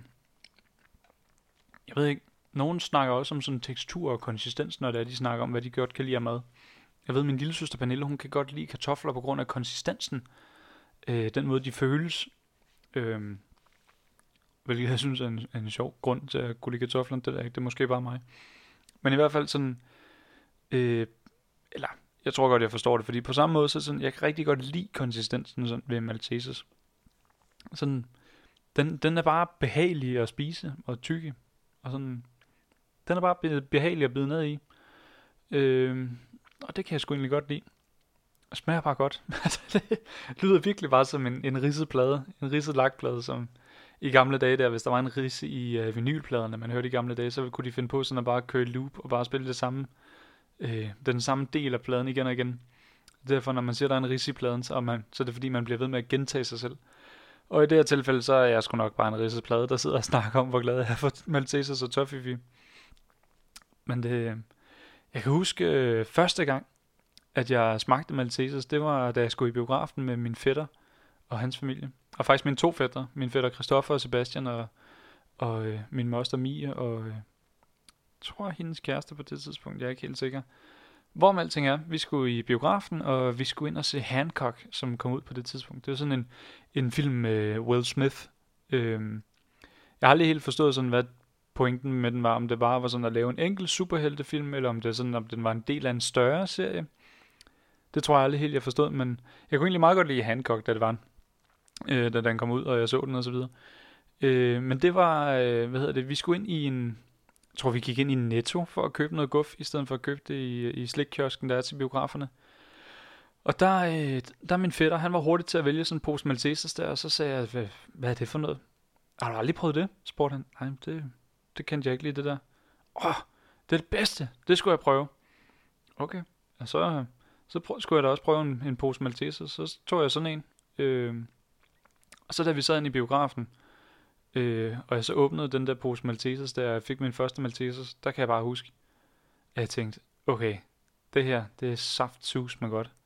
jeg ved ikke, nogen snakker også om sådan tekstur og konsistens, når det er, de snakker om, hvad de godt kan lide af mad. Jeg ved, min lille søster Pernille, hun kan godt lide kartofler på grund af konsistensen. Øh, den måde, de føles. Øh, hvilket jeg synes er en, en sjov grund til at kunne lide kartofler. Det er, det er måske bare mig. Men i hvert fald sådan, øh, eller jeg tror godt, jeg forstår det, fordi på samme måde, så sådan, jeg kan rigtig godt lide konsistensen sådan, ved Maltesers. Sådan, den, den er bare behagelig at spise og tygge. Og sådan, den er bare behagelig at bide ned i. Øh, og det kan jeg sgu egentlig godt lide. Og smager bare godt. Det lyder virkelig bare som en, en ridset plade. En ridset lakplade, som i gamle dage der, hvis der var en ridse i uh, vinylpladerne, man hørte i gamle dage, så kunne de finde på sådan at bare køre i loop og bare spille det samme, øh, den samme del af pladen igen og igen. Derfor når man siger, der er en ridse i pladen, så er, man, så er det fordi, man bliver ved med at gentage sig selv. Og i det her tilfælde, så er jeg sgu nok bare en ridset plade, der sidder og snakker om, hvor glad jeg er for Maltesers og Toffifee. Men det, jeg kan huske øh, første gang, at jeg smagte Maltesers, det var da jeg skulle i biografen med min fætter og hans familie. Og faktisk mine to fætter, min fætter Christoffer og Sebastian og, og øh, min moster Mie og øh, tror hendes kæreste på det tidspunkt, jeg er ikke helt sikker. Hvorom alting er, vi skulle i biografen, og vi skulle ind og se Hancock, som kom ud på det tidspunkt. Det var sådan en, en film med Will Smith. Øhm, jeg har aldrig helt forstået sådan, hvad pointen med den var, om det bare var sådan at lave en enkelt superheltefilm, eller om det sådan, om den var en del af en større serie. Det tror jeg aldrig helt, jeg forstod, men jeg kunne egentlig meget godt lide Hancock, da det var, øh, da den kom ud, og jeg så den og så videre. Øh, men det var, øh, hvad hedder det, vi skulle ind i en, jeg tror vi gik ind i Netto for at købe noget guf, i stedet for at købe det i, i slikkiosken, der er til biograferne. Og der, øh, der min fætter, han var hurtig til at vælge sådan en pose Maltesers der, og så sagde jeg, hvad, hvad er det for noget? Har du aldrig prøvet det? Spurgte han. Nej, det, det kendte jeg ikke lige, det der. Åh, det er det bedste, det skulle jeg prøve. Okay, og så... Så prøv, skulle jeg da også prøve en, en pose Maltesers. Så tog jeg sådan en. Øh, og så da vi sad inde i biografen, øh, og jeg så åbnede den der pose Maltesers, der jeg fik min første Maltesers, der kan jeg bare huske, at jeg tænkte, okay, det her, det er saftsus med godt.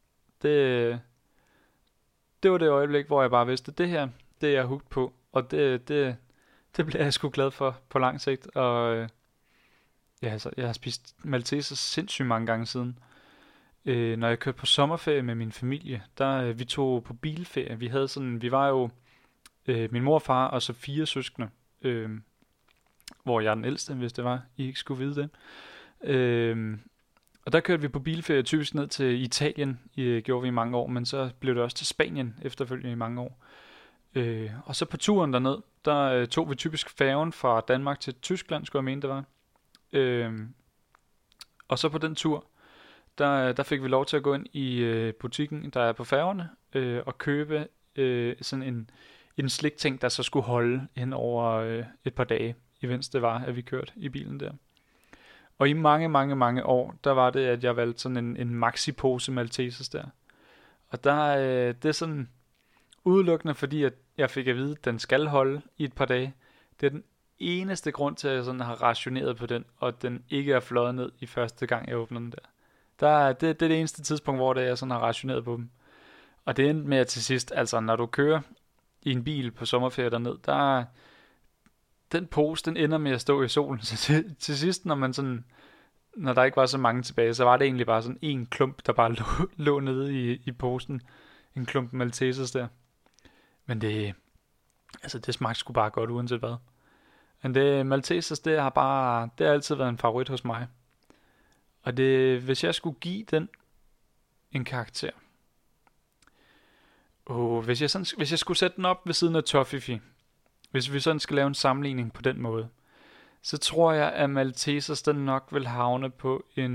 Det, det var det øjeblik, hvor jeg bare vidste, det her, det er jeg hooked på, og det, det, det bliver jeg sgu glad for på lang sigt. Og øh, ja, altså, jeg har spist Maltesers sindssygt mange gange siden. Øh, når jeg kørte på sommerferie med min familie, der øh, vi tog på bilferie. Vi havde sådan, vi var jo øh, min mor og far og så fire søskende, øh, hvor jeg er den ældste, hvis det var, I ikke skulle vide det. Øh, og der kørte vi på bilferie typisk ned til Italien, øh, gjorde vi i mange år, men så blev det også til Spanien efterfølgende i mange år. Øh, og så på turen derned, der øh, tog vi typisk færgen fra Danmark til Tyskland, skulle jeg mene det var. Øh, og så på den tur, Der, der fik vi lov til at gå ind i øh, butikken, der er på færgerne, øh, og købe øh, sådan en, en slikting, der så skulle holde hen over øh, et par dage, imens det var, at vi kørte i bilen der. Og i mange, mange, mange år, der var det, at jeg valgte sådan en, en maxi-pose Maltesers der. Og der, øh, det er sådan udelukkende, fordi at jeg fik at vide, at den skal holde i et par dage. Det er den eneste grund til, at jeg sådan har rationeret på den, og at den ikke er fløjet ned i første gang, jeg åbner den der. Der, det, det er det eneste tidspunkt, hvor det er, jeg sådan har rationeret på dem. Og det endte med at til sidst, altså når du kører i en bil på sommerferie derned, der den pose, den ender med at stå i solen. Så til, til sidst, når man sådan, når der ikke var så mange tilbage, så var det egentlig bare sådan en klump, der bare lå, lå nede i, i posen. En klump Maltesers der. Men det, altså det smagte sgu bare godt, uanset hvad. Men det, Maltesers, det har bare, det har altid været en favorit hos mig. Og det, hvis jeg skulle give den en karakter, Oh, hvis, jeg sådan, hvis jeg skulle sætte den op ved siden af Toffifee, hvis vi sådan skal lave en sammenligning på den måde, så tror jeg, at Maltesers den nok vil havne på en,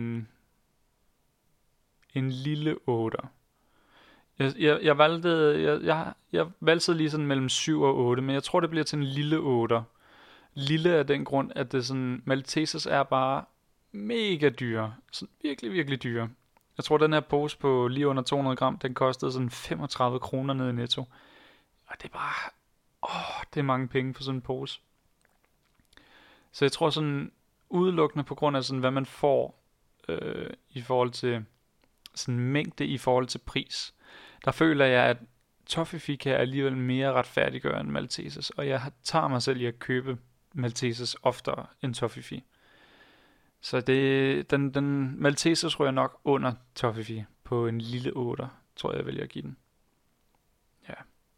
en lille otter. Jeg, jeg, jeg valgte jeg, jeg, jeg valgte lige sådan mellem syv og otte, men jeg tror, det bliver til en lille otter. Lille af den grund, at det sådan, Maltesers er bare mega dyre. Sådan virkelig, virkelig dyre. Jeg tror, den her pose på lige under to hundrede gram, den kostede sådan femogtredive kroner nede i Netto. Og det er bare, åh, det er mange penge for sådan en pose. Så jeg tror sådan, udelukkende på grund af sådan, hvad man får øh, i forhold til sådan mængde i forhold til pris, der føler jeg, at Toffifee kan alligevel mere retfærdiggøre end Maltesers, og jeg tager mig selv i at købe Maltesers oftere end Toffifee. Så det, den, den Maltesers ryger nok under Toffifee på en lille otter, tror jeg, jeg vælger at give den. Ja.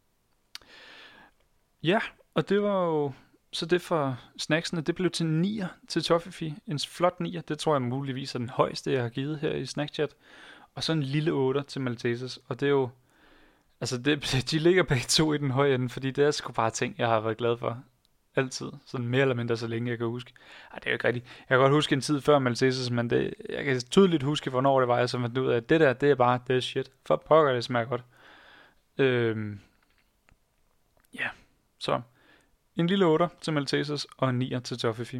Ja, og det var jo så det for snacksene. Det blev til nier til Toffifee. En flot nier, det tror jeg muligvis er den højeste, jeg har givet her i Snackchat. Og så en lille otter til Maltesers. Og det er jo, altså det, de ligger begge to i den høje ende, fordi det er sgu bare ting, jeg har været glad for. Altid. Sådan mere eller mindre, så længe jeg kan huske. Ej, det er jo ikke rigtigt. Jeg kan godt huske en tid før Maltesers, men det, jeg kan tydeligt huske, hvornår det var, jeg så fandt ud af, at det der, det er bare, det er shit. For pokker, det smager godt. Øhm, ja, så en lille otter til Maltesers og en nier til Toffifee.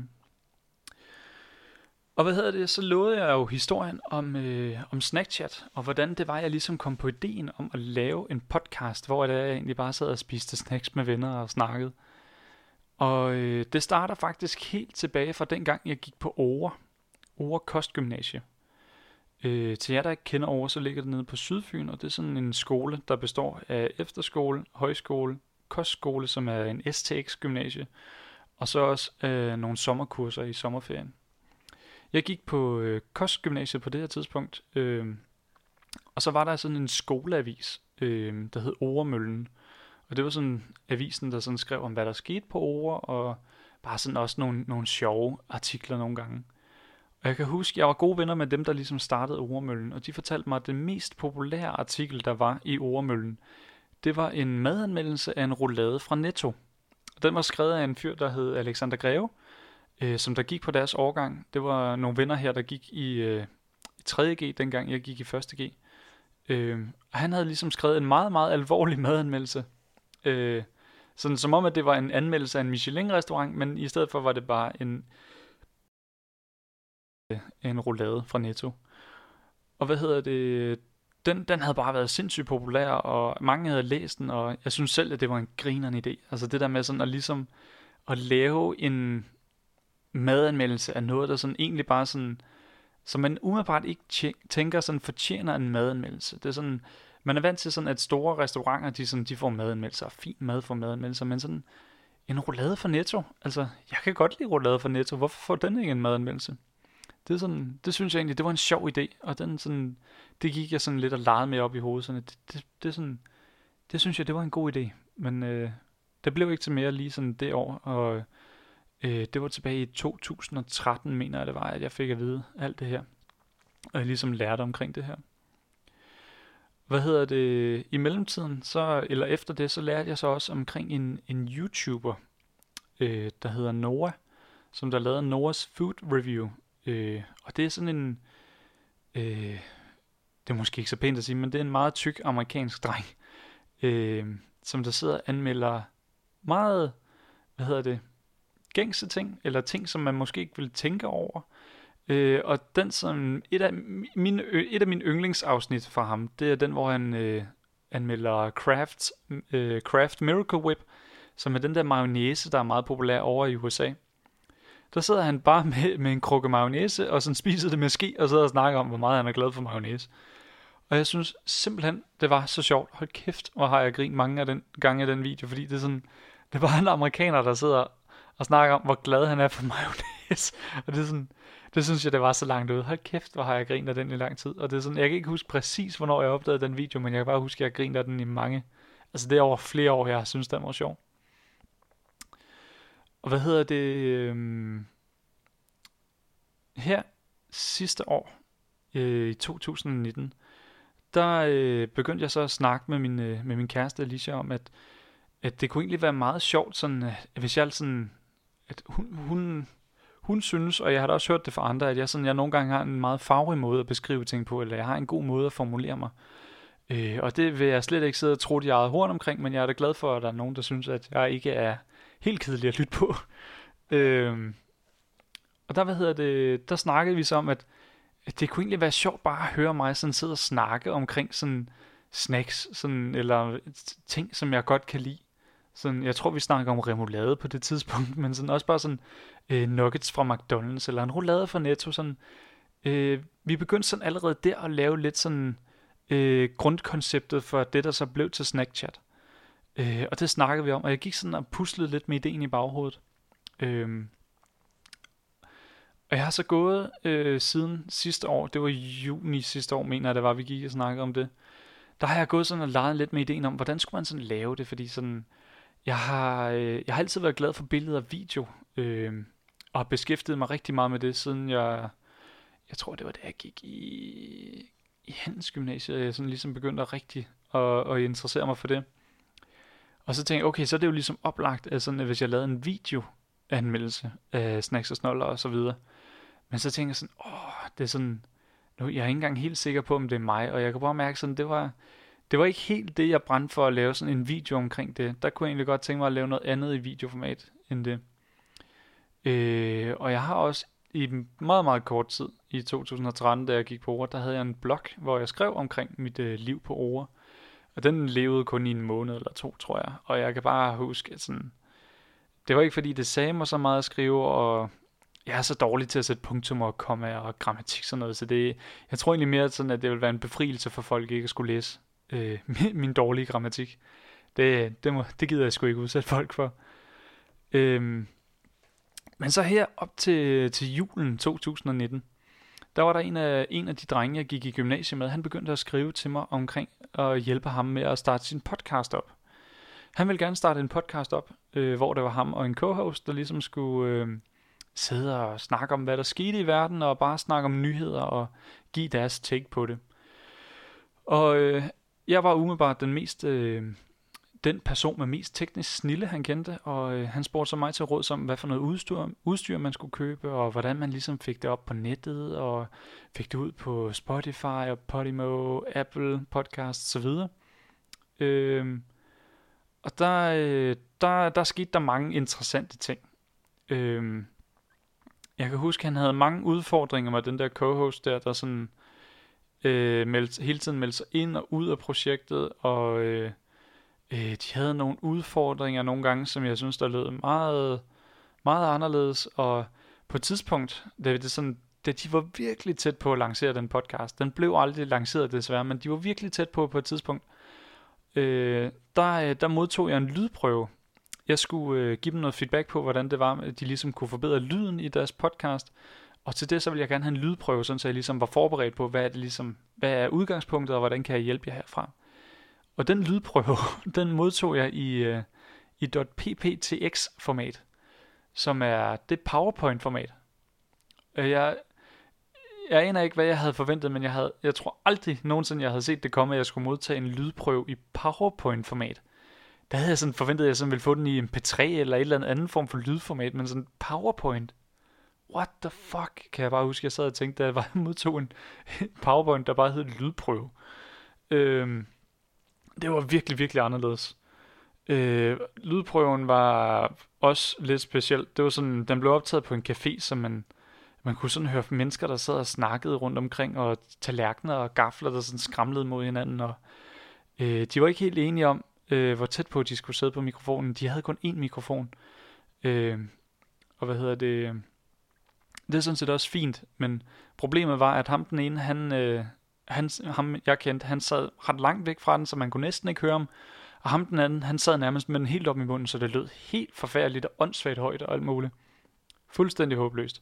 Og hvad hedder det, så lovede jeg jo historien om, øh, om Snackchat, og hvordan det var, jeg ligesom kom på ideen om at lave en podcast, hvor jeg egentlig bare sad og spiste snacks med venner og snakkede. Og øh, det starter faktisk helt tilbage fra dengang, jeg gik på Ore, Ore Kostgymnasie. Øh, til jer, der ikke kender Ore, så ligger det nede på Sydfyn, og det er sådan en skole, der består af efterskole, højskole, kostskole, som er en S T X-gymnasie, og så også øh, nogle sommerkurser i sommerferien. Jeg gik på øh, kostgymnasiet på det her tidspunkt, øh, og så var der sådan en skoleavis, øh, der hed Oremøllen. Og det var sådan avisen, der sådan skrev om, hvad der skete på Ore, og bare sådan også nogle, nogle sjove artikler nogle gange. Og jeg kan huske, jeg var gode venner med dem, der ligesom startede Oremøllen, og de fortalte mig, at den mest populære artikel, der var i Oremøllen, det var en madanmeldelse af en roulade fra Netto. Og den var skrevet af en fyr, der hed Alexander Greve, øh, som der gik på deres årgang. Det var nogle venner her, der gik i, øh, i tredje G, dengang jeg gik i første G. Øh, og han havde ligesom skrevet en meget, meget alvorlig madanmeldelse. Øh, sådan som om, at det var en anmeldelse af en Michelin-restaurant, men i stedet for var det bare en, øh, en roulade fra Netto. Og hvad hedder det... Den, den havde bare været sindssygt populær, og mange havde læst den, og jeg synes selv, at det var en grinerende idé. Altså det der med sådan at ligesom at lave en madanmeldelse af noget, der sådan egentlig bare sådan, som man umiddelbart ikke tje- tænker sådan fortjener en madanmeldelse. Det er sådan, man er vant til sådan, at store restauranter, de, sådan, de får madanmeldelser, og fin mad får madanmeldelser, men sådan en roulade fra Netto, altså jeg kan godt lide roulade fra Netto, hvorfor får den ikke en madanmeldelse? Det er sådan, det synes jeg egentlig, det var en sjov idé, og den sådan, det gik jeg sådan lidt og legede med op i hovedet, sådan, det, det, det, sådan, det synes jeg, det var en god idé, men øh, det blev ikke til mere lige sådan det år, og øh, det var tilbage i to tusind og tretten, mener jeg det var, at jeg fik at vide alt det her, og jeg ligesom lærte omkring det her. Hvad hedder det, i mellemtiden, så, eller efter det, så lærte jeg så også omkring en, en YouTuber, øh, der hedder Noah, som der lavede Noahs Food Review. Øh, og det er sådan en, øh, det er måske ikke så pænt at sige, men det er en meget tyk amerikansk dreng, øh, som der sidder og anmelder meget, hvad hedder det, gængse ting, eller ting, som man måske ikke vil tænke over. Øh, og den som, et af, mine, et af mine yndlingsafsnit fra ham, det er den, hvor han øh, anmelder Kraft, øh, Kraft Miracle Whip, som er den der mayonnaise, der er meget populær over i U S A. Der sidder han bare med, med en krukke mayonnaise, og sådan spiser det med ski, og sidder og snakker om, hvor meget han er glad for mayonnaise. Og jeg synes simpelthen, det var så sjovt. Hold kæft, hvor har jeg grint mange af den gange af den video, fordi det er sådan, det var en amerikaner, der sidder og snakker om, hvor glad han er for mayonnaise. Og det er sådan, det synes jeg, det var så langt ude. Hold kæft, hvor har jeg grint af den i lang tid. Og det er sådan, jeg kan ikke huske præcis, hvornår jeg opdagede den video, men jeg kan bare huske, at jeg grinte af den i mange, altså det er over flere år, jeg synes, den var sjov. Og hvad hedder det? Øhm, her sidste år, øh, i to tusind nitten, der øh, begyndte jeg så at snakke med min, øh, med min kæreste Alicia om, at, at det kunne egentlig være meget sjovt, sådan, at hvis jeg sådan, at hun, hun, hun synes, og jeg har da også hørt det fra andre, at jeg, sådan, jeg nogle gange har en meget farverig måde at beskrive ting på, eller jeg har en god måde at formulere mig. Øh, og det vil jeg slet ikke sidde og tro de eget horn omkring, men jeg er da glad for, at der er nogen, der synes, at jeg ikke er helt kedelig at lytte på. øh, og der, hvad hedder det, der snakkede vi så om, at, at det kunne egentlig være sjovt bare at høre mig sådan sidde og snakke omkring sådan snacks, sådan, eller ting, som jeg godt kan lide. Sådan, jeg tror, vi snakker om remoulade på det tidspunkt, men sådan også bare sådan øh, nuggets fra McDonald's, eller en roulade fra Netto. Sådan, øh, vi begyndte sådan allerede der at lave lidt sådan øh, grundkonceptet for det, der så blev til Snackchat. Øh, og det snakkede vi om, og jeg gik sådan og puslede lidt med ideen i baghovedet. Øh, og jeg har så gået øh, siden sidste år, det var juni sidste år, mener jeg det var, vi gik og snakkede om det. Der har jeg gået sådan og leget lidt med ideen om, hvordan skulle man sådan lave det, fordi sådan, jeg har, øh, jeg har altid været glad for billeder og video, øh, og har beskæftiget mig rigtig meget med det, siden jeg, jeg tror det var da jeg gik i, i handelsgymnasiet, jeg sådan ligesom begyndte at rigtig at, at interessere mig for det. Og så tænkte jeg, okay, så er det jo ligesom oplagt, at, sådan, at hvis jeg lavede en videoanmeldelse af snacks og snoller og så videre. Men så tænkte jeg sådan, åh, det er sådan, nu, jeg er ikke engang helt sikker på, om det er mig, og jeg kan bare mærke sådan, det var, det var ikke helt det, jeg brændte for at lave sådan en video omkring det. Der kunne jeg egentlig godt tænke mig at lave noget andet i videoformat end det. Øh, og jeg har også i meget, meget kort tid, i to tusind og tretten, da jeg gik på Ore, der havde jeg en blog, hvor jeg skrev omkring mit øh, liv på Ore. Og den levede kun i en måned eller to, tror jeg. Og jeg kan bare huske, at sådan, det var ikke fordi, det sagde mig så meget at skrive, og jeg er så dårlig til at sætte punktum og komma og grammatik sådan noget. Så det, jeg tror egentlig mere sådan, at det vil være en befrielse for folk ikke at skulle læse øh, min dårlige grammatik. Det, det, må, det gider jeg sgu ikke udsætte folk for. Øhm, men så her op til, til julen to tusind og nitten, der var der en af, en af de drenge, jeg gik i gymnasiet med, han begyndte at skrive til mig omkring at hjælpe ham med at starte sin podcast op. Han ville gerne starte en podcast op, øh, hvor det var ham og en co-host, der ligesom skulle øh, sidde og snakke om, hvad der skete i verden, og bare snakke om nyheder og give deres take på det. Og øh, jeg var umiddelbart den mest... Øh, den person med mest teknisk snille, han kendte, og øh, han spurgte så mig til råd om, hvad for noget udstyr, udstyr man skulle købe, og hvordan man ligesom fik det op på nettet, og fik det ud på Spotify, og Podimo, Apple Podcasts osv. Øh, og der, øh, der, der skete der mange interessante ting. Øh, jeg kan huske, han havde mange udfordringer med den der co-host der, der sådan øh, meldte, hele tiden meldte sig ind og ud af projektet, og... Øh, Øh, de havde nogle udfordringer nogle gange, som jeg synes, der lød meget, meget anderledes. Og på et tidspunkt, da, det sådan, da de var virkelig tæt på at lancere den podcast, den blev aldrig lanceret desværre, men de var virkelig tæt på på et tidspunkt, øh, der, der modtog jeg en lydprøve. Jeg skulle øh, give dem noget feedback på, hvordan det var, at de ligesom kunne forbedre lyden i deres podcast. Og til det så ville jeg gerne have en lydprøve, sådan så jeg ligesom var forberedt på, hvad er, det ligesom, hvad er udgangspunktet, og hvordan kan jeg hjælpe jer herfra. Og den lydprøve, den modtog jeg i, uh, i .pptx-format, som er det PowerPoint-format. Jeg, jeg aner ikke, hvad jeg havde forventet, men jeg, havde, jeg tror aldrig nogensinde, jeg havde set det komme, at jeg skulle modtage en lydprøve i PowerPoint-format. Der havde jeg sådan forventet, at jeg sådan ville få den i M P tre eller et eller andet anden form for lydformat, men sådan PowerPoint. What the fuck, kan jeg bare huske, jeg sad og tænkte, da jeg var modtog en PowerPoint, der bare hed lydprøve. Øhm... Det var virkelig, virkelig anderledes. Øh, lydprøven var også lidt speciel. Det var sådan, den blev optaget på en café, så man, man kunne sådan høre mennesker, der sad og snakkede rundt omkring, og tallerkener og gafler, der sådan skramlede mod hinanden. Og, øh, de var ikke helt enige om, øh, hvor tæt på de skulle sidde på mikrofonen. De havde kun én mikrofon. Øh, og hvad hedder det? Det er sådan set også fint, men problemet var, at ham den ene, han... Øh, Han, ham jeg kendte, han sad ret langt væk fra den, så man kunne næsten ikke høre ham. Og ham den anden, han sad nærmest med den helt op i munden, så det lød helt forfærdeligt og åndssvagt højt og alt muligt. Fuldstændig håbløst.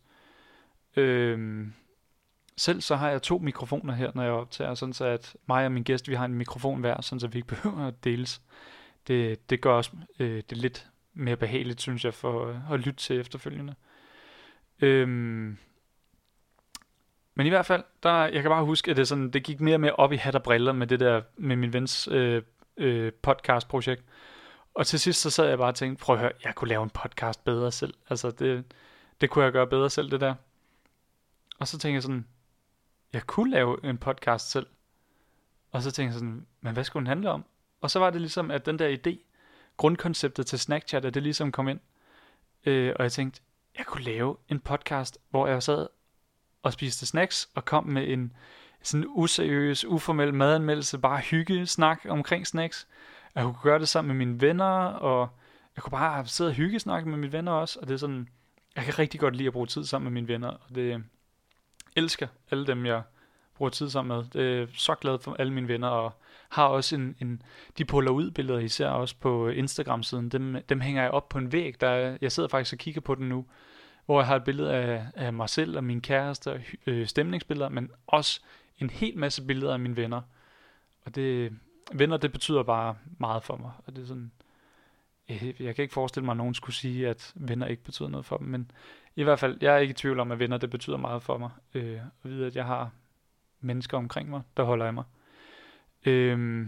Øhm, selv så har jeg to mikrofoner her, når jeg optager, sådan så at mig og min gæst, vi har en mikrofon hver, sådan så vi ikke behøver at deles. Det, det gør også øh, det lidt mere behageligt, synes jeg, for øh, at lytte til efterfølgende. Øhm... Men i hvert fald, der, jeg kan bare huske, at det, sådan, det gik mere og mere op i hat og briller med det der, med min vens øh, øh, podcast-projekt. Og til sidst så sad jeg bare og tænkte, prøv at høre, jeg kunne lave en podcast bedre selv. Altså det, det kunne jeg gøre bedre selv, det der. Og så tænkte jeg sådan, jeg kunne lave en podcast selv. Og så tænkte jeg sådan, men hvad skulle den handle om? Og så var det ligesom, at den der idé, grundkonceptet til Snackchat, at det ligesom kom ind. Øh, og jeg tænkte, jeg kunne lave en podcast, hvor jeg sad og spiste snacks, og kom med en sådan useriøs, uformel madanmeldelse, bare hygge, snak omkring snacks. Jeg kunne gøre det sammen med mine venner, og jeg kunne bare sidde og hygge snakke med mine venner også, og det er sådan, jeg kan rigtig godt lide at bruge tid sammen med mine venner, og det elsker alle dem, jeg bruger tid sammen med. Det er så glad for alle mine venner, og har også en, en de puller ud billeder, især også på Instagram-siden, dem, dem hænger jeg op på en væg, der jeg sidder faktisk og kigger på den nu, hvor jeg har et billede af, af mig selv og min kæreste, øh, stemningsbilleder, men også en hel masse billeder af mine venner. Og det, venner, det betyder bare meget for mig. Og det er sådan, jeg, jeg kan ikke forestille mig, at nogen skulle sige, at venner ikke betyder noget for dem, men i hvert fald, jeg er ikke i tvivl om, at venner, det betyder meget for mig. Øh, at vide, at jeg har mennesker omkring mig, der holder af mig. Øh,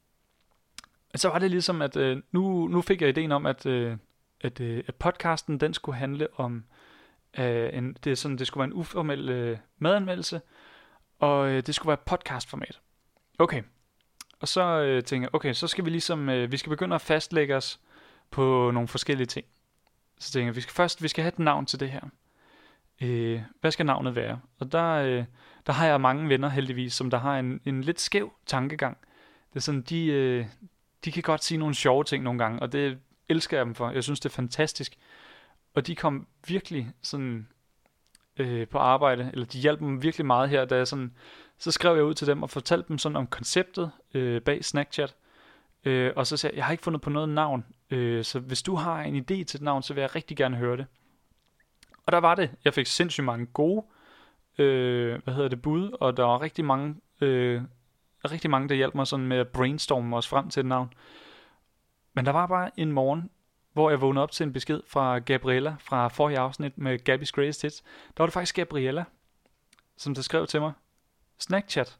så var det ligesom, at øh, nu, nu fik jeg ideen om, at, øh, at, øh, at podcasten, den skulle handle om, øh, en, det, er sådan, det skulle være en uformel øh, madanmeldelse, og øh, det skulle være podcastformat. Okay. Og så øh, tænker jeg, okay, så skal vi ligesom, øh, vi skal begynde at fastlægge os på nogle forskellige ting. Så tænker jeg, vi skal først, vi skal have et navn til det her. Øh, hvad skal navnet være? Og der, øh, der har jeg mange venner heldigvis, som der har en, en lidt skæv tankegang. Det er sådan, de, øh, de kan godt sige nogle sjove ting nogle gange, og det elsker jeg dem for. Jeg synes, det er fantastisk. Og de kom virkelig sådan øh, på arbejde, eller de hjalp mig virkelig meget her, da jeg sådan, så skrev jeg ud til dem og fortalte dem sådan om konceptet øh, bag Snackchat. Øh, og så sagde jeg, jeg har ikke fundet på noget navn, øh, så hvis du har en idé til et navn, så vil jeg rigtig gerne høre det. Og der var det. Jeg fik sindssygt mange gode øh, hvad hedder det, bud, og der var rigtig mange, øh, rigtig mange, der hjalp mig sådan med at brainstorme os frem til et navn. Men der var bare en morgen, hvor jeg vågnede op til en besked fra Gabriella fra forrige afsnit med Gabby's Greatest Hits. Der var det faktisk Gabriella, som der skrev til mig, Snackchat.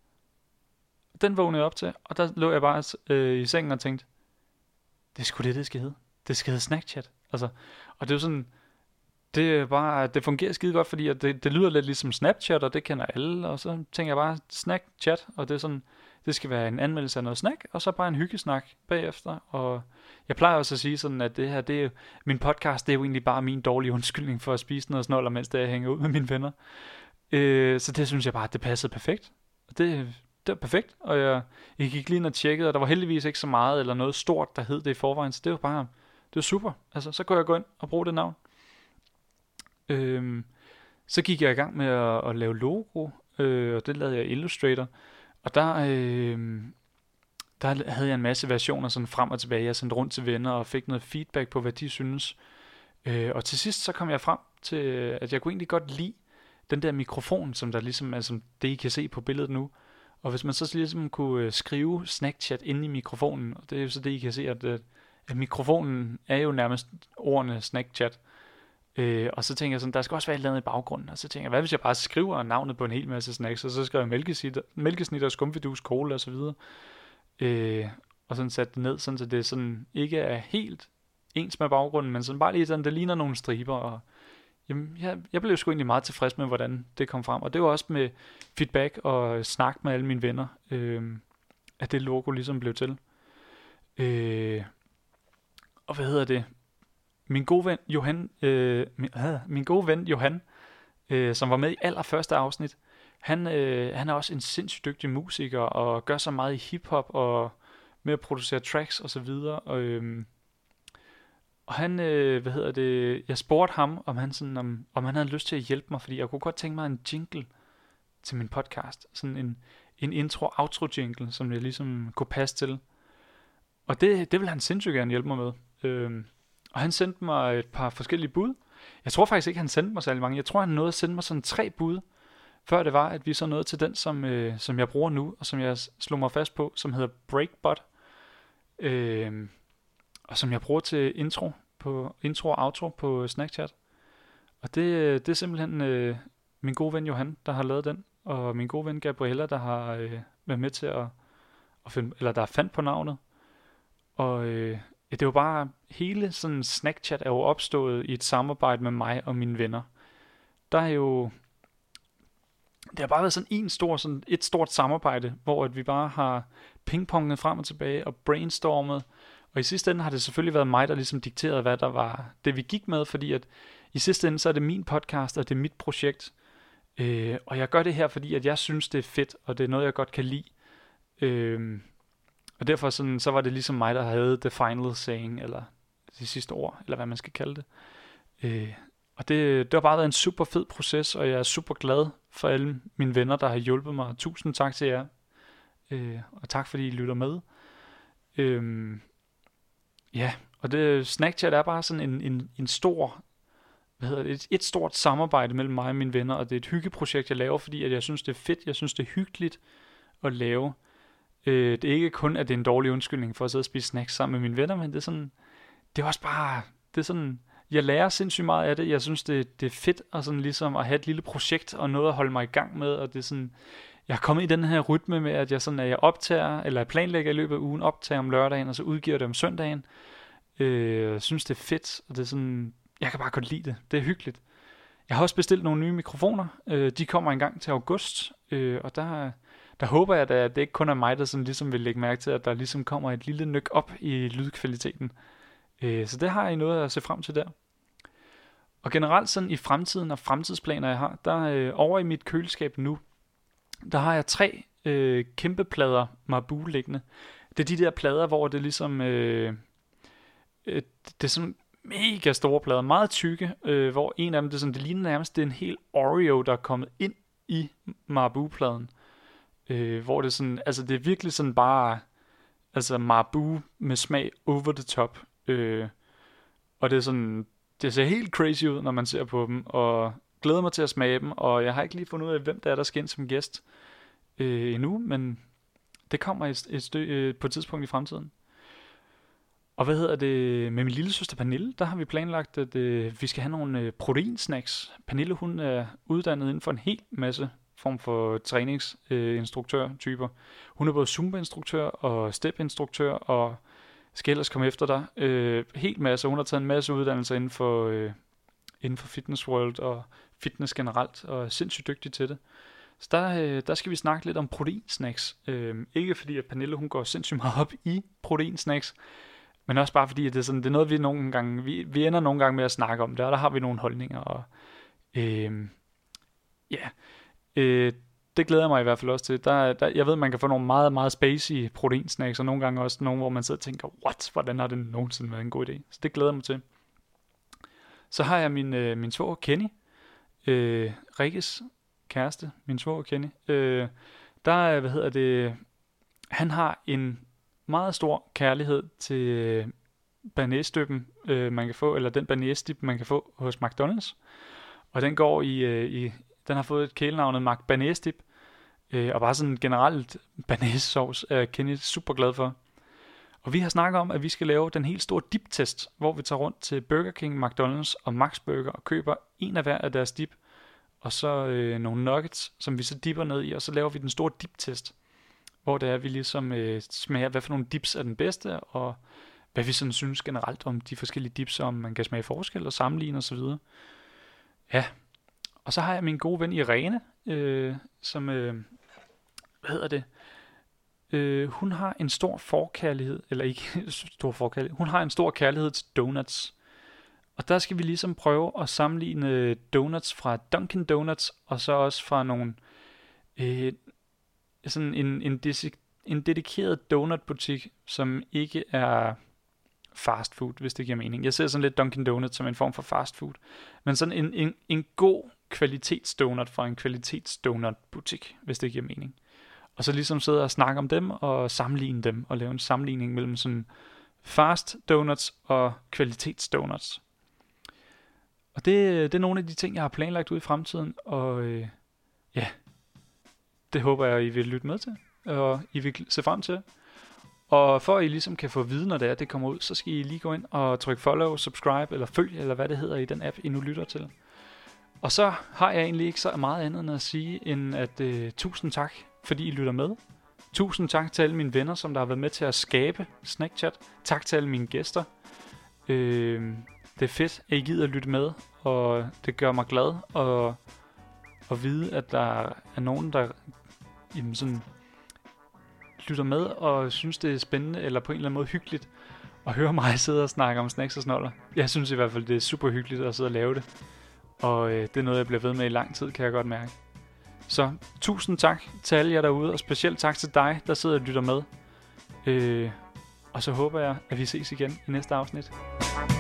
Den vågnede jeg op til, og der lå jeg bare øh, i sengen og tænkte, det er sgu det, det skal hedde. Det skal hedde Snackchat. Altså, og det er jo sådan, det er bare, det fungerer skide godt, fordi at det, det lyder lidt ligesom Snapchat, og det kender alle, og så tænker jeg bare Snackchat, og det er sådan, det skal være en anmeldelse af noget snack, og så bare en hyggesnak bagefter, og jeg plejer også at sige sådan, at det her, det er min podcast, det er jo egentlig bare min dårlige undskyldning for at spise noget snoller, mens jeg hænger ud med mine venner. Øh, så det synes jeg bare, det passede perfekt. Og det, det var perfekt, og jeg, jeg gik lige ind og tjekkede, og der var heldigvis ikke så meget eller noget stort, der hed det i forvejen, så det var bare, det var super. Altså, så kunne jeg gå ind og bruge det navn. Øh, så gik jeg i gang med at, at lave logo, øh, og det lavede jeg i Illustrator, og der, øh, der havde jeg en masse versioner sådan frem og tilbage. Jeg sendte rundt til venner og fik noget feedback på, hvad de synes. Øh, og til sidst så kom jeg frem til, at jeg kunne egentlig godt lide den der mikrofon, som der ligesom er, som det I kan se på billedet nu. Og hvis man så ligesom kunne skrive Snackchat inde i mikrofonen, og det er jo så det I kan se, at, at mikrofonen er jo nærmest ordene Snackchat. Øh, og så tænker jeg sådan, der skal også være et eller andet i baggrunden. Og så tænker jeg, hvad hvis jeg bare skriver navnet på en hel masse snacks, og så skriver jeg mælkesnitter, mælkesnitter skumfidus, cola og så videre. Øh, og sådan sat det ned, sådan så det sådan ikke er helt ens med baggrunden, men sådan bare lige sådan, det ligner nogle striber. Og jamen, jeg, jeg blev sgu egentlig meget tilfreds med, hvordan det kom frem. Og det var også med feedback og snak med alle mine venner, øh, at det logo ligesom blev til. Øh, og hvad hedder det? Min gode ven Johan, øh, min, øh, min gode ven Johan, øh, som var med i allerførste afsnit, han, øh, han er også en sindssygt dygtig musiker og gør så meget i hiphop og med at producere tracks og så videre. Og, øh, og han, øh, hvad hedder det, jeg spurgte ham, om han sådan, om, om han havde lyst til at hjælpe mig, fordi jeg kunne godt tænke mig en jingle til min podcast, sådan en en intro-outro jingle, som jeg ligesom kunne passe til. Og det, det vil han sindssygt gerne hjælpe mig med. Øh, Og han sendte mig et par forskellige bud. Jeg tror faktisk ikke, han sendte mig særlig mange. Jeg tror, han nåede at sende mig sådan tre bud, før det var, at vi så nåede til den, som, øh, som jeg bruger nu, og som jeg slog mig fast på, som hedder Breakbot. Øh, og som jeg bruger til intro, på, intro og outro på Snackchat. Og det, det er simpelthen, øh, min gode ven Johan, der har lavet den, og min gode ven Gabriella, der har øh, været med til at, at finde, eller der fandt på navnet. Og øh, ja, det var bare, hele sådan Snackchat er jo opstået i et samarbejde med mig og mine venner. Der er jo, det har bare været sådan en stor, sådan et stort samarbejde, hvor at vi bare har pingponget frem og tilbage og brainstormet. Og i sidste ende har det selvfølgelig været mig, der ligesom dikterede, hvad der var det, vi gik med, fordi at i sidste ende, så er det min podcast, og det er mit projekt. Øh, og jeg gør det her, fordi at jeg synes, det er fedt, og det er noget, jeg godt kan lide. Øh, og derfor sådan, så var det ligesom mig, der havde the final saying, eller det sidste ord, eller hvad man skal kalde det. Øh, og det, det har bare været en super fed proces, og jeg er super glad for alle mine venner, der har hjulpet mig. Tusind tak til jer, øh, og tak fordi I lytter med. Øh, ja, og det, Snackchat er bare sådan en, en, en stor... Hvad hedder det? Et, et stort samarbejde mellem mig og mine venner, og det er et hyggeprojekt, jeg laver, fordi at jeg synes, det er fedt, jeg synes, det er hyggeligt at lave. Øh, det er ikke kun, at det er en dårlig undskyldning for at sidde og spise snacks sammen med mine venner, men det er sådan, det er også bare, det er sådan, jeg lærer sindssygt meget af det. Jeg synes, det, det er fedt at, sådan ligesom at have et lille projekt og noget at holde mig i gang med, og det er sådan, jeg har kommet i den her rytme med, at jeg sådan, at jeg optager, eller jeg planlægger i løbet af ugen, optager om lørdagen, og så udgiver det om søndagen. Øh, jeg synes, det er fedt, og det er sådan, jeg kan bare godt lide det. Det er hyggeligt. Jeg har også bestilt nogle nye mikrofoner. Øh, de kommer engang til august. Øh, og der, der håber jeg, at det ikke kun er mig, der sådan ligesom vil lægge mærke til, at der ligesom kommer et lille nyk op i lydkvaliteten. Øh, så det har jeg noget at se frem til der. Og generelt sådan i fremtiden og fremtidsplaner, jeg har, der øh, over i mit køleskab nu, der har jeg tre øh, kæmpe plader Marabou liggende. Det er de der plader, hvor det ligesom... Øh, øh, det er sådan... mega store plader, meget tykke, øh, hvor en af dem, det, sådan, det ligner nærmest, det er en hel Oreo, der er kommet ind i Marabou-pladen. Øh, hvor det sådan, altså det er virkelig sådan bare, altså Marabou med smag over the top. Øh, og det er sådan, det ser helt crazy ud, når man ser på dem, og glæder mig til at smage dem, og jeg har ikke lige fundet ud af, hvem der er, der skal ind som gæst øh, endnu, men det kommer et, et stø, øh, på et tidspunkt i fremtiden. Og hvad hedder det, med min lille søster Pernille, der har vi planlagt, at øh, vi skal have nogle øh, proteinsnacks. Pernille, hun er uddannet inden for en hel masse form for træningsinstruktør-typer. Øh, hun er både Zumba-instruktør og Step-instruktør, og skal ellers komme efter dig. Øh, helt masse. Hun har taget en masse uddannelser inden for, øh, inden for Fitness World og fitness generelt, og er sindssygt dygtig til det. Så der, øh, der skal vi snakke lidt om proteinsnacks. Øh, ikke fordi, at Pernille, hun går sindssygt meget op i proteinsnacks, men også bare fordi, at det er, sådan, det er noget, vi nogle gange, vi, vi ender nogle gange med at snakke om det, og der har vi nogle holdninger, og øh, ja, øh, det glæder jeg mig i hvert fald også til. Der, der, jeg ved, man kan få nogle meget, meget spacey proteinsnacks, og nogle gange også nogle, hvor man sidder og tænker, what, hvordan har det nogensinde været en god idé? Så det glæder jeg mig til. Så har jeg min, øh, min svoger Kenny, øh, Rikkes kæreste, min svoger Kenny, øh, der, hvad hedder det, han har en meget stor kærlighed til øh, banæsdyppen, øh, man kan få, eller den banæsdip, man kan få hos McDonald's. Og den går i, øh, i den har fået et kælenavnet Mac Banæsdip, øh, og bare sådan generelt banæssauce er Kenny super glad for. Og vi har snakket om, at vi skal lave den helt store dip-test, hvor vi tager rundt til Burger King, McDonald's og Max Burger og køber en af hver af deres dip, og så øh, nogle nuggets, som vi så dipper ned i, og så laver vi den store dip-test, hvor det er, at vi ligesom øh, smager, hvad for nogle dips er den bedste, og hvad vi sådan synes generelt om de forskellige dips, om man kan smage forskel og sammenligne osv. Ja, og så har jeg min gode ven Irene, øh, som, øh, hvad hedder det, øh, hun har en stor forkærlighed, eller ikke stor forkærlighed, hun har en stor kærlighed til donuts. Og der skal vi ligesom prøve at sammenligne donuts fra Dunkin' Donuts, og så også fra nogle, øh, sådan en, en, desi- en dedikeret donutbutik, som ikke er fast food, hvis det giver mening. Jeg ser sådan lidt Dunkin' Donuts som en form for fast food, men sådan en, en, en god kvalitetsdonut fra en kvalitetsdonutbutik, hvis det giver mening. Og så ligesom sidde og snakke om dem og sammenligne dem og lave en sammenligning mellem sådan fast donuts og kvalitetsdonuts. Og det, det er nogle af de ting, jeg har planlagt ud i fremtiden, og øh, ja, det håber jeg, I vil lytte med til, og I vil se frem til. Og for at I ligesom kan få viden, når det er, det kommer ud, så skal I lige gå ind og trykke follow, subscribe eller følg, eller hvad det hedder i den app, I nu lytter til. Og så har jeg egentlig ikke så meget andet end at sige, end at øh, tusind tak, fordi I lytter med. Tusind tak til alle mine venner, som der har været med til at skabe Snackchat. Tak til alle mine gæster. Øh, det er fedt, at I gider at lytte med, og det gør mig glad at, at vide, at der er nogen, der jamen sådan, lytter med og synes, det er spændende, eller på en eller anden måde hyggeligt at høre mig sidde og snakke om snacks og snoller. Jeg synes i hvert fald, det er super hyggeligt at sidde og lave det. Og øh, det er noget, jeg bliver ved med i lang tid, kan jeg godt mærke. Så tusind tak til alle jer derude, og specielt tak til dig, der sidder og lytter med. Øh, og så håber jeg, at vi ses igen i næste afsnit.